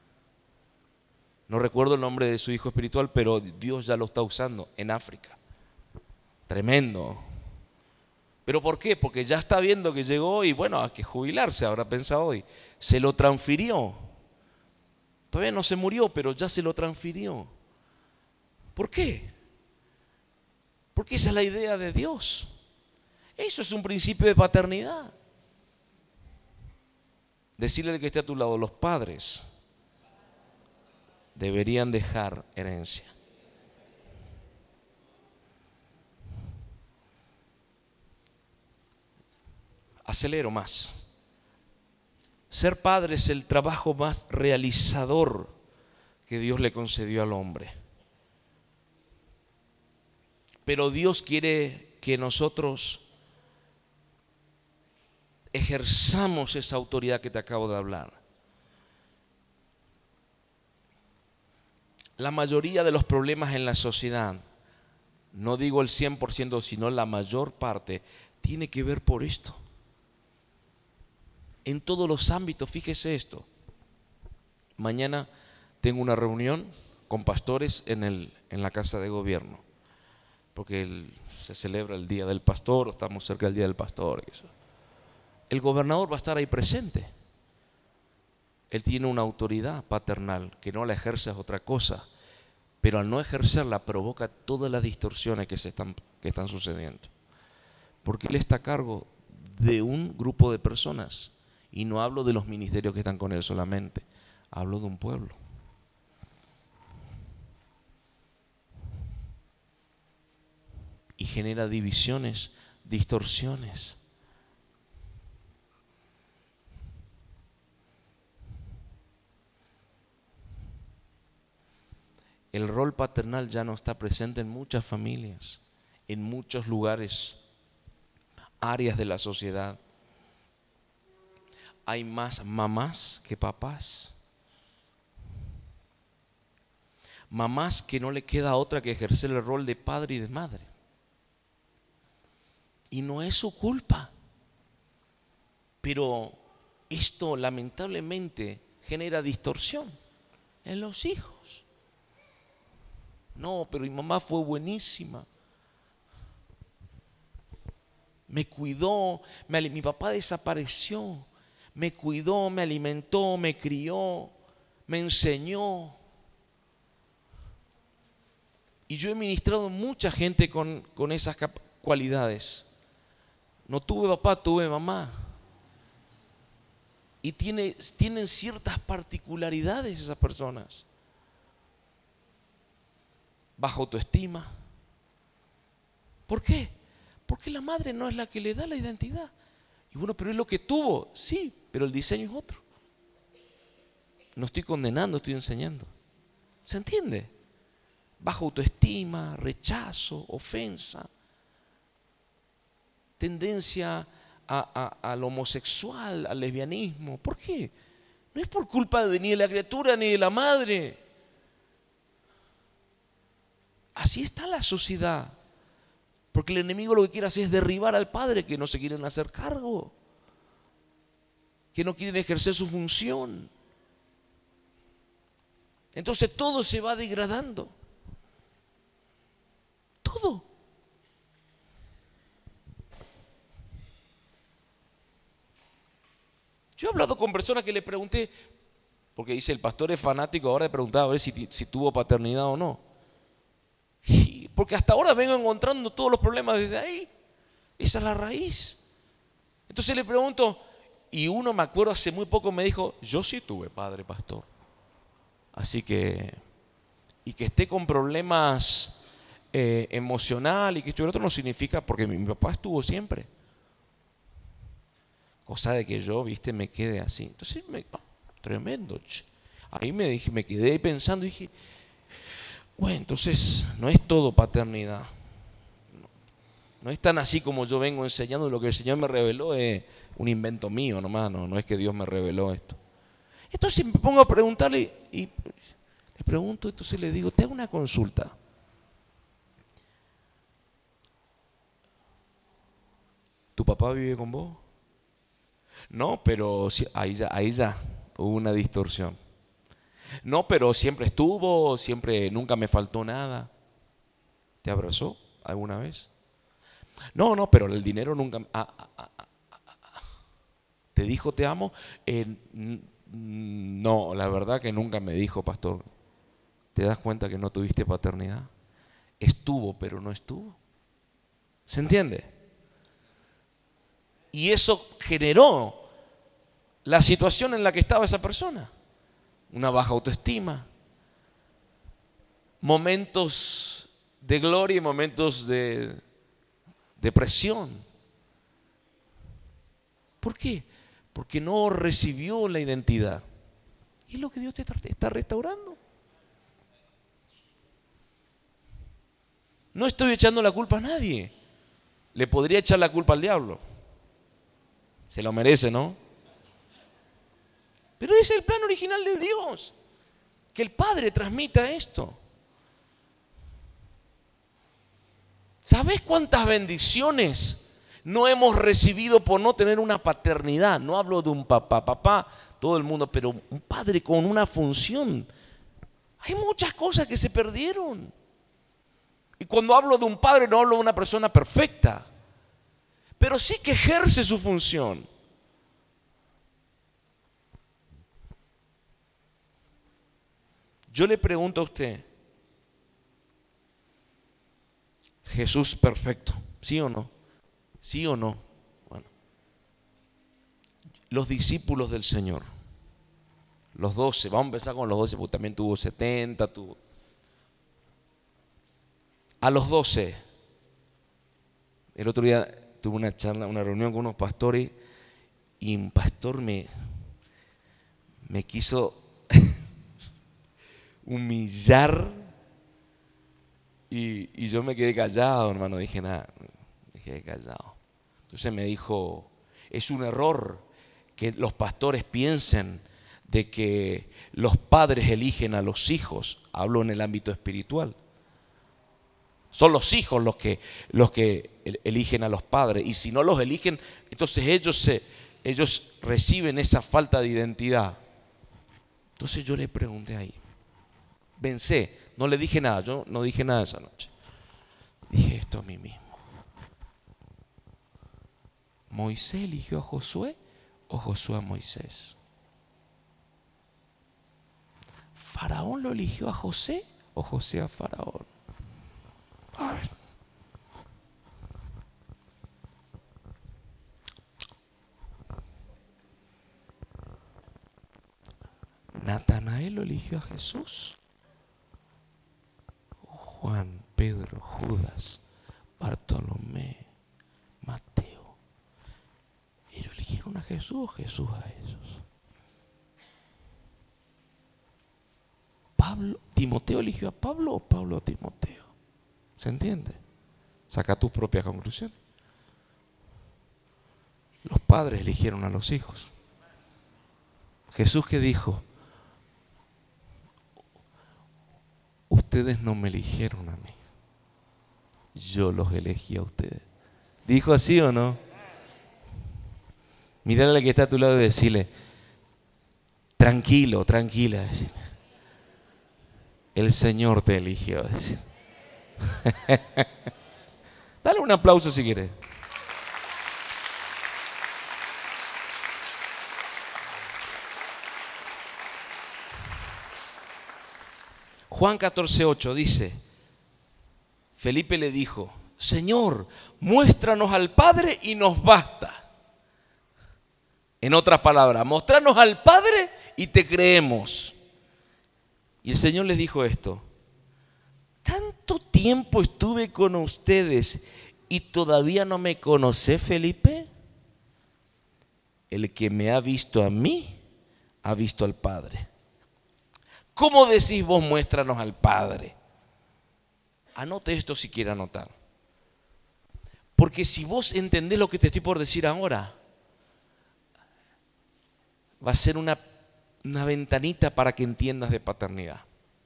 No recuerdo el nombre de su hijo espiritual, pero Dios ya lo está usando en África. Tremendo. ¿Pero por qué? Porque ya está viendo que llegó y bueno, hay que jubilarse, habrá pensado hoy. Se lo transfirió. Todavía no se murió, pero ya se lo transfirió. ¿Por qué? Porque esa es la idea de Dios. Eso es un principio de paternidad. Decirle al que esté a tu lado, los padres deberían dejar herencia. Acelero más. Ser padre es el trabajo más realizador que Dios le concedió al hombre. Pero Dios quiere que nosotros ejerzamos esa autoridad que te acabo de hablar. La mayoría de los problemas en la sociedad, no digo el cien por ciento, sino la mayor parte, tiene que ver por esto. En todos los ámbitos, fíjese esto. Mañana tengo una reunión con pastores en, el, en la Casa de Gobierno, porque el, se celebra el Día del Pastor, o estamos cerca del Día del Pastor. Eso. El gobernador va a estar ahí presente. Él tiene una autoridad paternal que no la ejerce es otra cosa, pero al no ejercerla provoca todas las distorsiones que, se están, que están sucediendo. Porque él está a cargo de un grupo de personas y no hablo de los ministerios que están con él solamente, hablo de un pueblo. Y genera divisiones, distorsiones. El rol paternal ya no está presente en muchas familias, en muchos lugares, áreas de la sociedad. Hay más mamás que papás. Mamás que no le queda otra que ejercer el rol de padre y de madre. Y no es su culpa. Pero esto lamentablemente genera distorsión en los hijos. No, pero mi mamá fue buenísima. Me cuidó, me, mi papá desapareció. Me cuidó, me alimentó, me crió, me enseñó. Y yo he ministrado mucha gente con, con esas cualidades. No tuve papá, tuve mamá. Y tiene, tienen ciertas particularidades esas personas. Baja autoestima. ¿Por qué? Porque la madre no es la que le da la identidad. Y bueno, pero es lo que tuvo, sí, pero el diseño es otro. No estoy condenando, estoy enseñando. ¿Se entiende? baja autoestima, rechazo, ofensa, tendencia a, a, al homosexual, al lesbianismo. ¿Por qué? No es por culpa de, ni de la criatura ni de la madre. Así está la sociedad. Porque el enemigo lo que quiere hacer es derribar al padre, que no se quieren hacer cargo, que no quieren ejercer su función. Entonces todo se va degradando. Todo. Yo he hablado con personas que le pregunté, porque dice el pastor es fanático, ahora le preguntaba a ver si, si tuvo paternidad o no. Y porque hasta ahora vengo encontrando todos los problemas desde ahí. Esa es la raíz. Entonces le pregunto, y uno me acuerdo hace muy poco me dijo, yo sí tuve padre, pastor. Así que, y que esté con problemas eh, emocional y que esto y lo otro no significa, porque mi, mi papá estuvo siempre. Cosa de que yo, viste, me quede así. Entonces, me, oh, tremendo. Che. Ahí me, dije, me quedé pensando y dije, bueno, entonces no es todo paternidad. No, no es tan así como yo vengo enseñando. Lo que el Señor me reveló es un invento mío nomás, no, no es que Dios me reveló esto. Entonces me pongo a preguntarle y le pregunto, entonces le digo, te hago una consulta. ¿Tu papá vive con vos? No, pero ahí ya, ahí ya hubo una distorsión. No, pero siempre estuvo, siempre, nunca me faltó nada. ¿Te abrazó alguna vez? No, no, pero el dinero nunca... Ah, ah, ah, ah, ah. ¿Te dijo te amo? Eh, no, la verdad que nunca me dijo, pastor. ¿Te das cuenta que no tuviste paternidad? Estuvo, pero no estuvo. ¿Se entiende? Y eso generó la situación en la que estaba esa persona. Una baja autoestima, momentos de gloria y momentos de depresión. ¿Por qué? Porque no recibió la identidad. Y es lo que Dios te está restaurando. No estoy echando la culpa a nadie. Le podría echar la culpa al diablo. Se lo merece, ¿no? Pero ese es el plan original de Dios. Que el Padre transmita esto. ¿Sabes cuántas bendiciones no hemos recibido por no tener una paternidad? No hablo de un papá, papá, todo el mundo, pero un padre con una función. Hay muchas cosas que se perdieron. Y cuando hablo de un padre no hablo de una persona perfecta, pero sí que ejerce su función. Yo le pregunto a usted, Jesús perfecto, ¿sí o no? ¿Sí o no? Bueno, los discípulos del Señor, los doce, vamos a empezar con los doce, porque también tuvo setenta, tuvo. A los doce, el otro día tuve una charla, una reunión con unos pastores y un pastor me, me quiso humillar y, y yo me quedé callado, hermano, no dije nada, me quedé callado. Entonces me dijo, es un error que los pastores piensen de que los padres eligen a los hijos, hablo en el ámbito espiritual. Son los hijos los que, los que eligen a los padres, y si no los eligen, entonces ellos, se, ellos reciben esa falta de identidad. Entonces yo le pregunté ahí, vencé, no le dije nada, yo no dije nada esa noche. Dije esto a mí mismo. ¿Moisés eligió a Josué o Josué a Moisés? ¿Faraón lo eligió a José o José a Faraón? A ver. ¿Natanael lo eligió a Jesús? Juan, Pedro, Judas, Bartolomé, Mateo. ¿Ellos eligieron a Jesús o Jesús a ellos? Pablo, ¿Timoteo eligió a Pablo o Pablo a Timoteo? ¿Se entiende? Saca tus propias conclusiones. Los padres eligieron a los hijos. Jesús, ¿qué dijo? Ustedes no me eligieron a mí, yo los elegí a ustedes. ¿Dijo así o no? Mírale al que está a tu lado y decirle, tranquilo, tranquila, decirle, el Señor te eligió, decir. Dale un aplauso si quieres. Juan catorce ocho dice, Felipe le dijo, Señor, muéstranos al Padre y nos basta. En otras palabras, mostrarnos al Padre y te creemos. Y el Señor les dijo esto, ¿tanto tiempo estuve con ustedes y todavía no me conocés, Felipe? El que me ha visto a mí, ha visto al Padre. ¿Cómo decís vos, muéstranos al Padre? Anote esto si quiere anotar. Porque si vos entendés lo que te estoy por decir ahora, va a ser una, una ventanita para que entiendas de paternidad.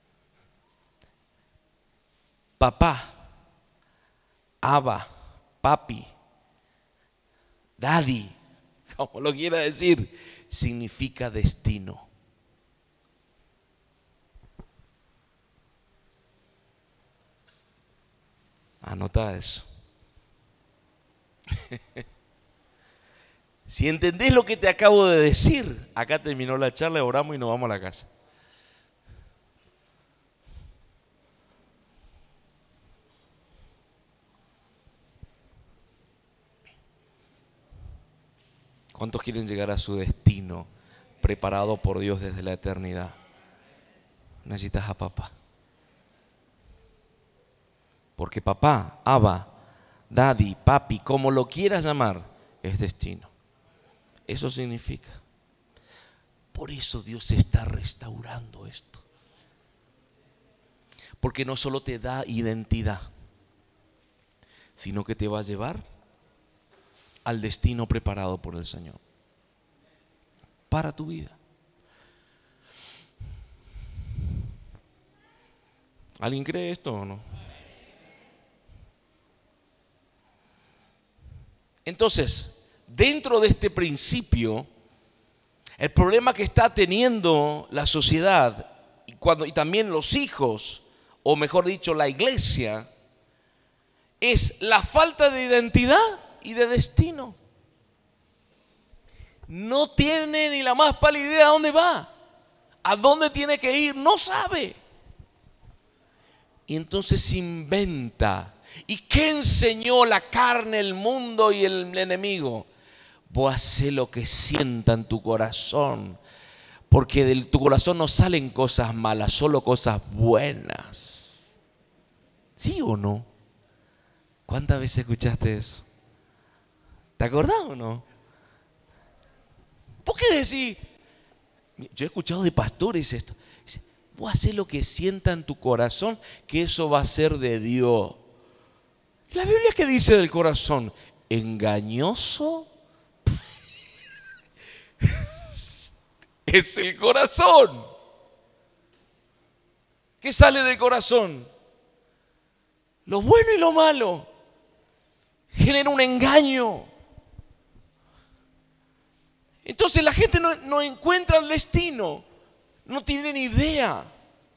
Papá, Abba, papi, daddy, como lo quiera decir, significa destino. Anota eso. Si entendés lo que te acabo de decir, acá terminó la charla, oramos y nos vamos a la casa. ¿Cuántos quieren llegar a su destino preparado por Dios desde la eternidad? Necesitas a papá. Porque papá, Abba, daddy, papi, como lo quieras llamar, es destino. Eso significa. Por eso Dios está restaurando esto. Porque no solo te da identidad, sino que te va a llevar al destino preparado por el Señor para tu vida. ¿Alguien cree esto o no? Entonces, dentro de este principio, el problema que está teniendo la sociedad y, cuando, y también los hijos, o mejor dicho, la iglesia, es la falta de identidad y de destino. No tiene ni la más pálida idea a dónde va, a dónde tiene que ir, no sabe. Y entonces inventa. ¿Y qué enseñó la carne, el mundo y el enemigo? Vos hacés lo que sienta en tu corazón, porque de tu corazón no salen cosas malas, solo cosas buenas. ¿Sí o no? ¿Cuántas veces escuchaste eso? ¿Te acordás o no? ¿Por qué decís? Yo he escuchado de pastores esto. Dice, vos hacés lo que sienta en tu corazón, que eso va a ser de Dios. La Biblia, ¿qué dice del corazón? Engañoso es el corazón. ¿Qué sale del corazón? Lo bueno y lo malo. Genera un engaño. Entonces la gente no, no encuentra el destino. No tiene ni idea.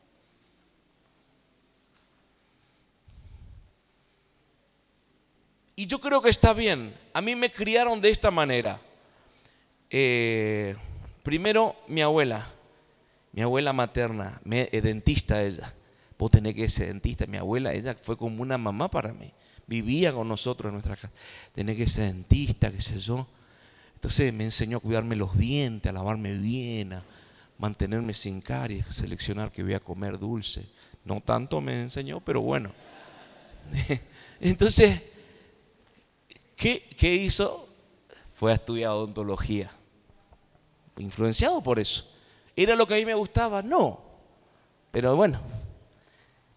Y yo creo que está bien. A mí me criaron de esta manera. Eh, primero, mi abuela. Mi abuela materna, me, eh, dentista ella. Vos tenés que ser dentista. Mi abuela, ella fue como una mamá para mí. Vivía con nosotros en nuestra casa. Tenés que ser dentista, qué sé yo. Entonces me enseñó a cuidarme los dientes, a lavarme bien, a mantenerme sin caries, a seleccionar que voy a comer dulce. No tanto me enseñó, pero bueno. Entonces... ¿Qué, ¿Qué hizo? Fue a estudiar odontología. Influenciado por eso. ¿Era lo que a mí me gustaba? No. Pero bueno,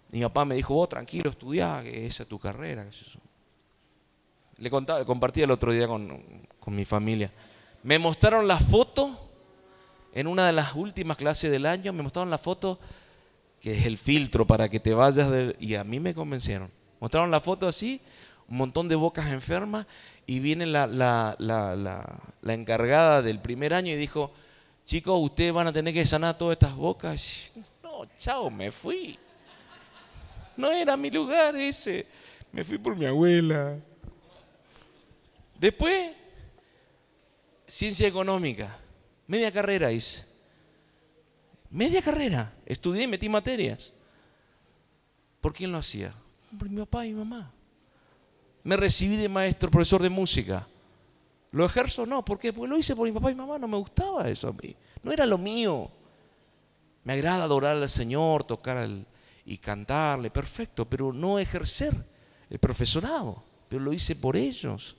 Mi papá me dijo, vos tranquilo, estudiá, que esa es tu carrera. Le contaba, compartí el otro día con, con mi familia. Me mostraron la foto en una de las últimas clases del año, me mostraron la foto que es el filtro para que te vayas de, y a mí me convencieron. Mostraron la foto así, un montón de bocas enfermas, y viene la, la, la, la, la encargada del primer año y dijo, chicos, ustedes van a tener que sanar todas estas bocas. No, chao, me fui. No era mi lugar ese. Me fui por mi abuela. Después, ciencia económica. Media carrera hice. Media carrera. Estudié y metí materias. ¿Por quién lo hacía? Por mi papá y mi mamá. Me recibí de maestro, profesor de música. ¿Lo ejerzo? No. ¿Por qué? Porque lo hice por mi papá y mi mamá. No me gustaba eso a mí. No era lo mío. Me agrada adorar al Señor, tocar al, y cantarle, perfecto, pero no ejercer el profesorado. Pero lo hice por ellos.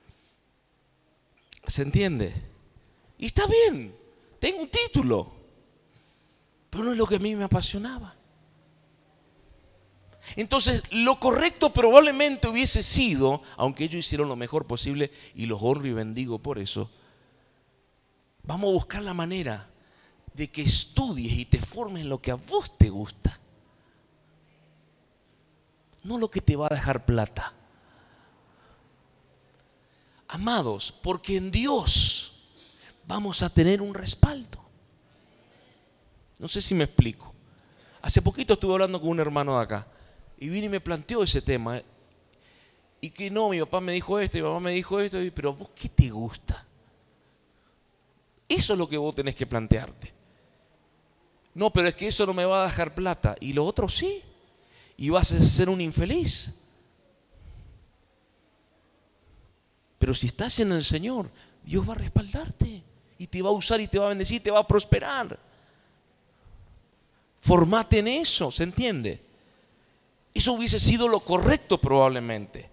¿Se entiende? Y está bien, tengo un título, pero no es lo que a mí me apasionaba. Entonces, lo correcto probablemente hubiese sido, aunque ellos hicieron lo mejor posible y los honro y bendigo por eso, vamos a buscar la manera de que estudies y te formes en lo que a vos te gusta, no lo que te va a dejar plata. Amados, porque en Dios vamos a tener un respaldo. No sé si me explico. Hace poquito estuve hablando con un hermano de acá y vine y me planteó ese tema. Y que no, mi papá me dijo esto, mi mamá me dijo esto, pero ¿vos qué te gusta? Eso es lo que vos tenés que plantearte. No, pero es que eso no me va a dejar plata. Y lo otro sí. Y vas a ser un infeliz. Pero si estás en el Señor, Dios va a respaldarte. Y te va a usar y te va a bendecir, te va a prosperar. Formate en eso, ¿se entiende? Eso hubiese sido lo correcto probablemente.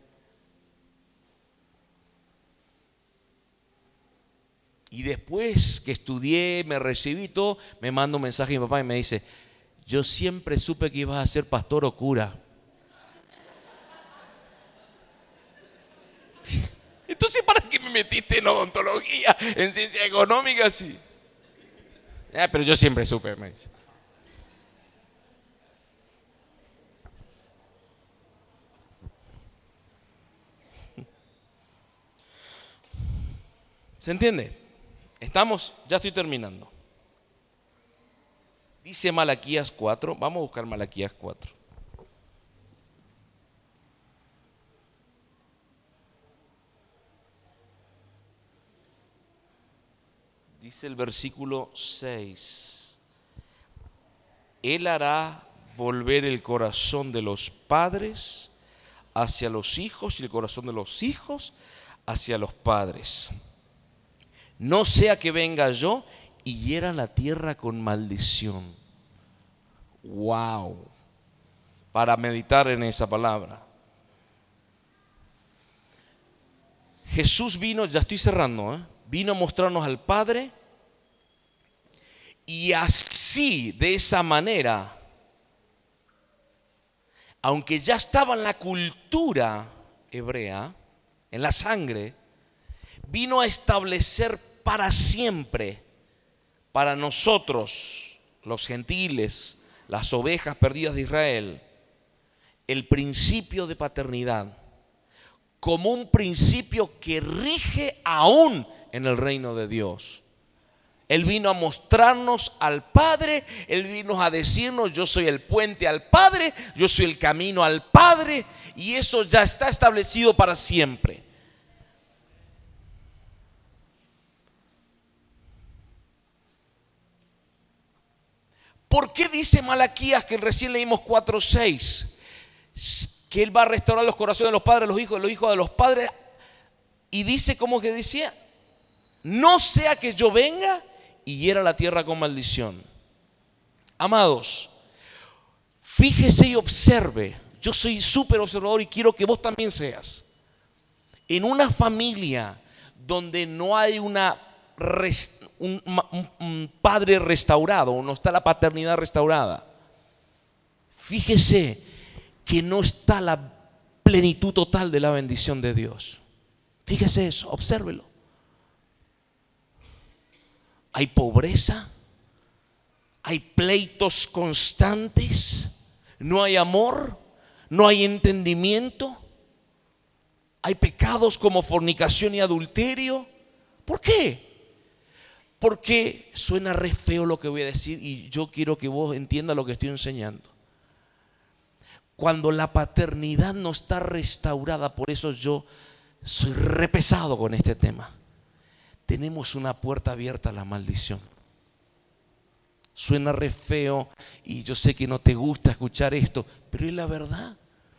Y después que estudié, me recibí todo, me manda un mensaje a mi papá y me dice, yo siempre supe que ibas a ser pastor o cura. Entonces, ¿para qué me metiste en odontología, en ciencia económica? Sí. Ah, pero yo siempre supe, me dice. ¿Se entiende? Estamos, ya estoy terminando. Dice Malaquías cuatro, vamos a buscar Malaquías cuatro. Dice el versículo seis. Él hará volver el corazón de los padres hacia los hijos y el corazón de los hijos hacia los padres. No sea que venga yo y hiera la tierra con maldición. Wow. Para meditar en esa palabra. Jesús vino, ya estoy cerrando, ¿eh? Vino a mostrarnos al Padre y así, de esa manera, aunque ya estaba en la cultura hebrea, en la sangre, vino a establecer para siempre, para nosotros, los gentiles, las ovejas perdidas de Israel, el principio de paternidad, como un principio que rige aún en el reino de Dios. Él vino a mostrarnos al Padre, Él vino a decirnos, yo soy el puente al Padre, yo soy el camino al Padre, y eso ya está establecido para siempre. ¿Por qué dice Malaquías, que recién leímos cuatro seis, que Él va a restaurar los corazones de los padres, los hijos, de los hijos de los padres? Y dice, como que decía, no sea que yo venga y hiera la tierra con maldición. Amados, fíjese y observe. Yo soy súper observador y quiero que vos también seas. En una familia donde no hay una rest, un, un, un padre restaurado, o no está la paternidad restaurada, fíjese que no está la plenitud total de la bendición de Dios. Fíjese eso, obsérvelo. Hay pobreza, hay pleitos constantes, no hay amor, no hay entendimiento, hay pecados como fornicación y adulterio. ¿Por qué? Porque suena re feo lo que voy a decir y yo quiero que vos entiendas lo que estoy enseñando. Cuando la paternidad no está restaurada, por eso yo soy re pesado con este tema. Tenemos una puerta abierta a la maldición. Suena re feo y yo sé que no te gusta escuchar esto, pero es la verdad.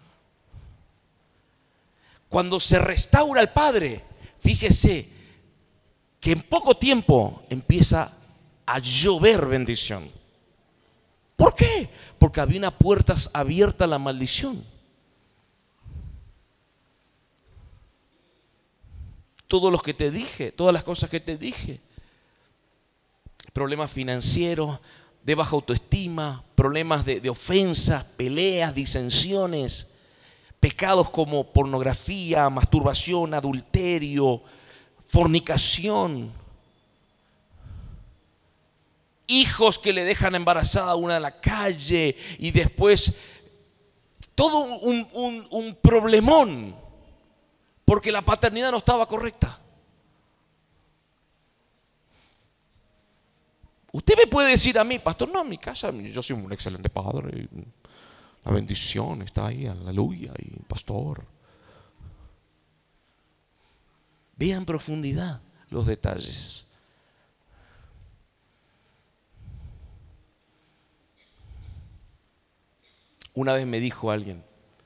Cuando se restaura al padre, fíjese que en poco tiempo empieza a llover bendición. ¿Por qué? Porque había una puerta abierta a la maldición. Todos los que te dije, todas las cosas que te dije, problemas financieros, de baja autoestima, problemas de, de ofensas, peleas, disensiones, pecados como pornografía, masturbación, adulterio, fornicación, hijos que le dejan embarazada a una en la calle y después todo un, un, un problemón porque la paternidad no estaba correcta. Usted me puede decir a mí, pastor, no, en mi casa yo soy un excelente padre, la bendición está ahí, aleluya, y pastor. Vea en profundidad los detalles. Una vez me dijo alguien,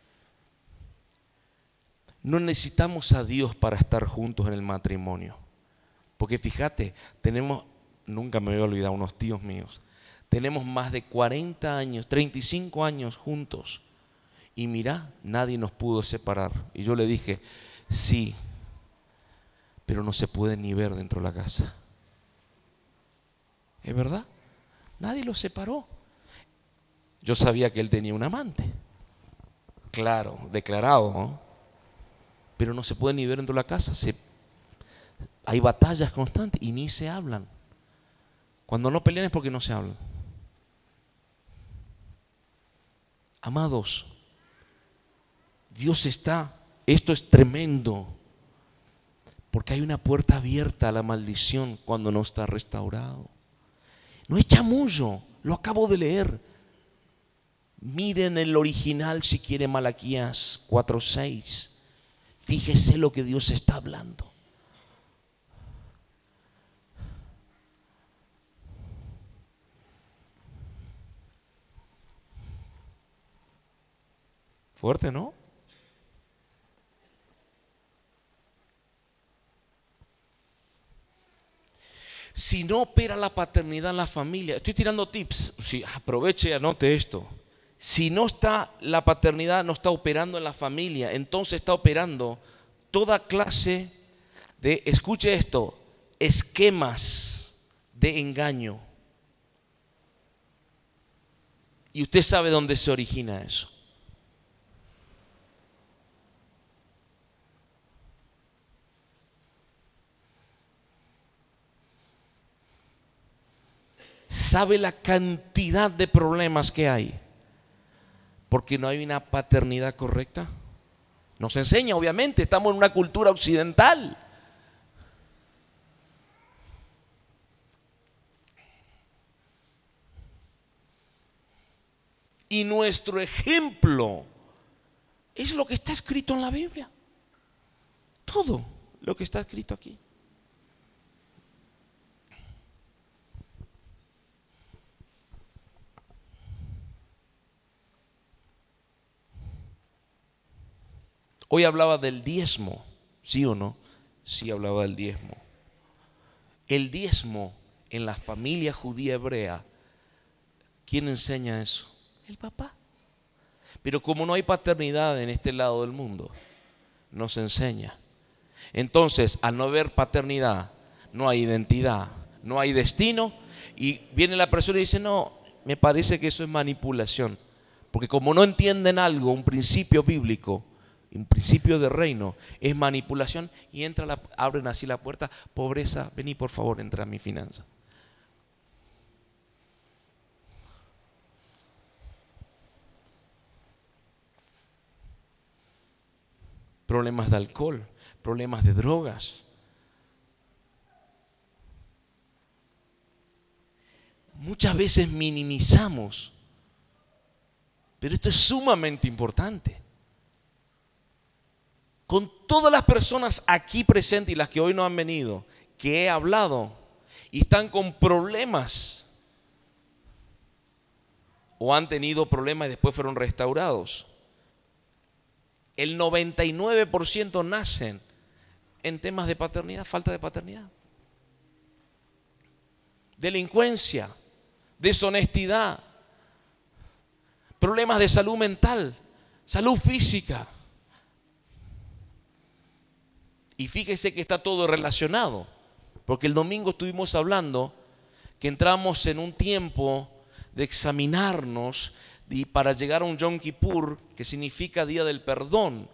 no necesitamos a Dios para estar juntos en el matrimonio. Porque fíjate, tenemos, nunca me voy a olvidar, unos tíos míos, tenemos más de cuarenta años, treinta y cinco años juntos. Y mira, nadie nos pudo separar. Y yo le dije, sí, pero no se puede ni ver dentro de la casa. ¿Es verdad? Nadie los separó. Yo sabía que él tenía un amante. Claro, declarado, ¿no? Pero no se puede ni ver dentro de la casa. Se, hay batallas constantes y ni se hablan. Cuando no pelean es porque no se hablan. Amados, Dios está, esto es tremendo, porque hay una puerta abierta a la maldición cuando no está restaurado. No es chamullo, lo acabo de leer. Miren el original si quiere, Malaquías cuatro seis. Fíjese lo que Dios está hablando. Fuerte, ¿no? Si no opera la paternidad en la familia, estoy tirando tips, sí, aproveche y anote esto. Si no está la paternidad, no está operando en la familia, entonces está operando toda clase de, escuche esto, esquemas de engaño. Y usted sabe dónde se origina eso. ¿Sabe la cantidad de problemas que hay? Porque no hay una paternidad correcta. Nos enseña, obviamente, estamos en una cultura occidental. Y nuestro ejemplo es lo que está escrito en la Biblia. Todo lo que está escrito aquí. Hoy hablaba del diezmo, ¿sí o no? Sí hablaba del diezmo. El diezmo en la familia judía hebrea, ¿quién enseña eso? El papá. Pero como no hay paternidad en este lado del mundo, no se enseña. Entonces, al no haber paternidad, no hay identidad, no hay destino, y viene la persona y dice, no, me parece que eso es manipulación. Porque como no entienden algo, un principio bíblico, un principio de reino, es manipulación y entra la, abren así la puerta, pobreza, vení por favor, entra a mi finanza. Problemas de alcohol, problemas de drogas. Muchas veces minimizamos, pero esto es sumamente importante. Con todas las personas aquí presentes y las que hoy no han venido, que he hablado y están con problemas o han tenido problemas y después fueron restaurados, el noventa y nueve por ciento nacen en temas de paternidad, falta de paternidad, delincuencia, deshonestidad, problemas de salud mental, salud física. Y fíjese que está todo relacionado, porque el domingo estuvimos hablando que entramos en un tiempo de examinarnos y para llegar a un Yom Kippur, que significa Día del Perdón.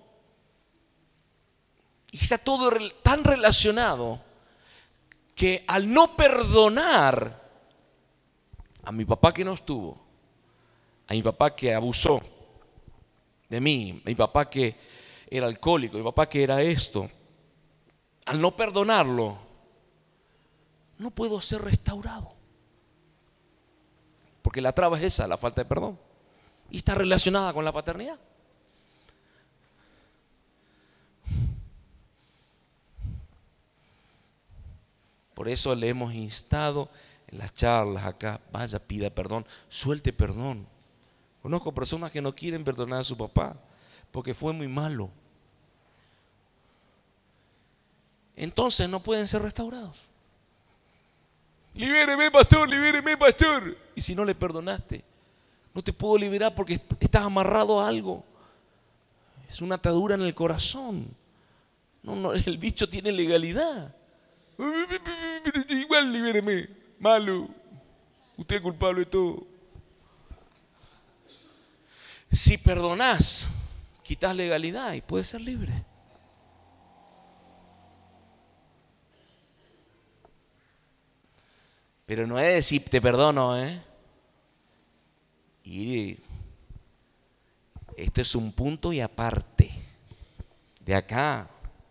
Y está todo tan relacionado que al no perdonar a mi papá que no estuvo, a mi papá que abusó de mí, a mi papá que era alcohólico, a mi papá que era esto, al no perdonarlo, no puedo ser restaurado. Porque la traba es esa, la falta de perdón. Y está relacionada con la paternidad. Por eso le hemos instado en las charlas acá, vaya, pida perdón, suelte perdón. Conozco personas que no quieren perdonar a su papá porque fue muy malo. Entonces no pueden ser restaurados. Libéreme, pastor, libéreme, pastor. Y si no le perdonaste, no te puedo liberar porque estás amarrado a algo. Es una atadura en el corazón. No, no, el bicho tiene legalidad. Igual libéreme, malo. Usted es culpable de todo. Si perdonás, quitas legalidad y puedes ser libre. Pero no es decir te perdono, ¿eh? Y esto es un punto y aparte. De acá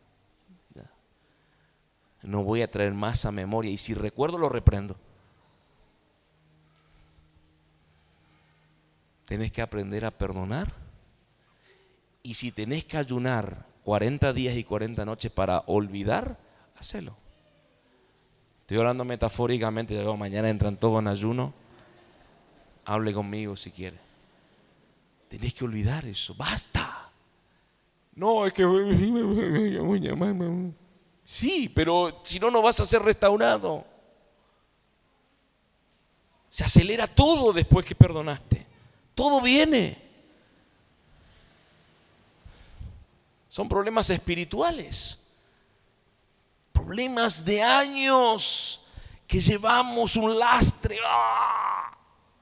no voy a traer más a memoria. Y si recuerdo, lo reprendo. Tenés que aprender a perdonar. Y si tenés que ayunar cuarenta días y cuarenta noches para olvidar, hacelo. Estoy hablando metafóricamente, luego mañana entran todos en ayuno. Hable conmigo si quiere. Tenés que olvidar eso, basta. No, es que sí, pero si no, no vas a ser restaurado. Se acelera todo después que perdonaste. Todo viene. Son problemas espirituales. Problemas de años que llevamos un lastre. ¡Ah!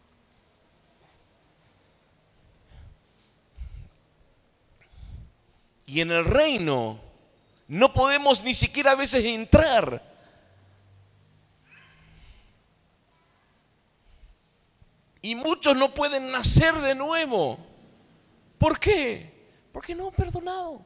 Y en el reino no podemos ni siquiera a veces entrar. Y muchos no pueden nacer de nuevo. ¿Por qué? Porque no han perdonado.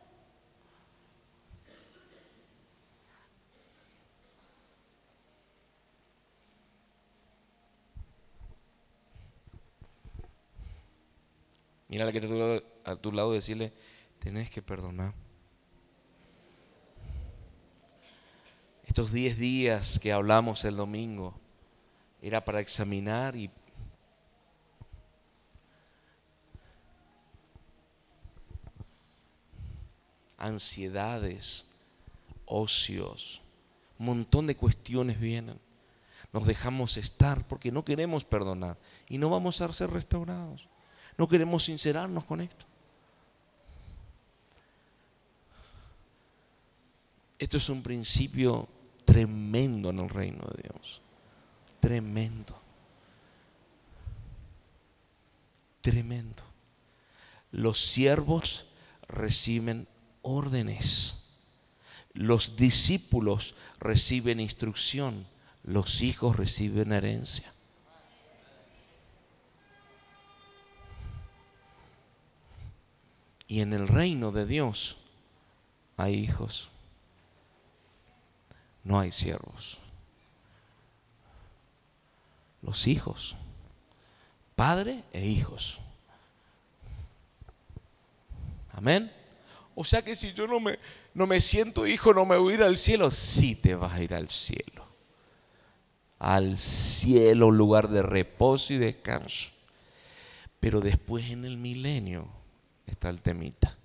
Mira a la que está a tu lado y decirle, tenés que perdonar. Estos diez días que hablamos el domingo era para examinar y ansiedades, ocios, un montón de cuestiones vienen. Nos dejamos estar porque no queremos perdonar y no vamos a ser restaurados. No queremos sincerarnos con esto. Esto es un principio tremendo en el reino de Dios. Tremendo. Tremendo. Los siervos reciben órdenes. Los discípulos reciben instrucción. Los hijos reciben herencia. Y en el reino de Dios hay hijos, no hay siervos. Los hijos, padre e hijos. Amén. O sea que si yo no me, no me siento hijo, no me voy a ir al cielo. Sí te vas a ir al cielo. Al cielo, lugar de reposo y descanso. Pero después en el milenio está el temita.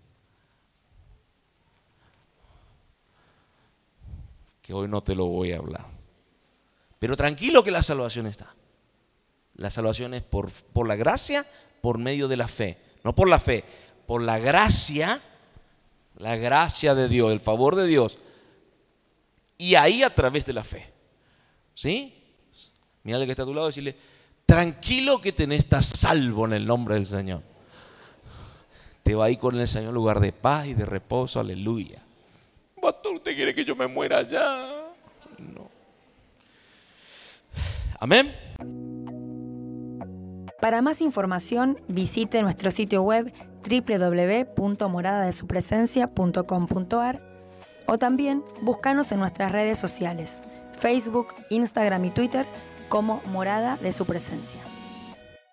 Que hoy no te lo voy a hablar. Pero tranquilo que la salvación está. La salvación es por, por la gracia, por medio de la fe. No por la fe, por la gracia, la gracia de Dios, el favor de Dios. Y ahí a través de la fe. ¿Sí? Mira al que está a tu lado y decirle, tranquilo que tenés, estás salvo en el nombre del Señor. Te va a ir con el Señor en lugar de paz y de reposo, aleluya. Pastor, ¿usted quiere que yo me muera ya? No. Amén. Para más información, visite nuestro sitio web doble u doble u doble u punto morada de su presencia punto com punto a r o también búscanos en nuestras redes sociales, Facebook, Instagram y Twitter como Morada de su Presencia.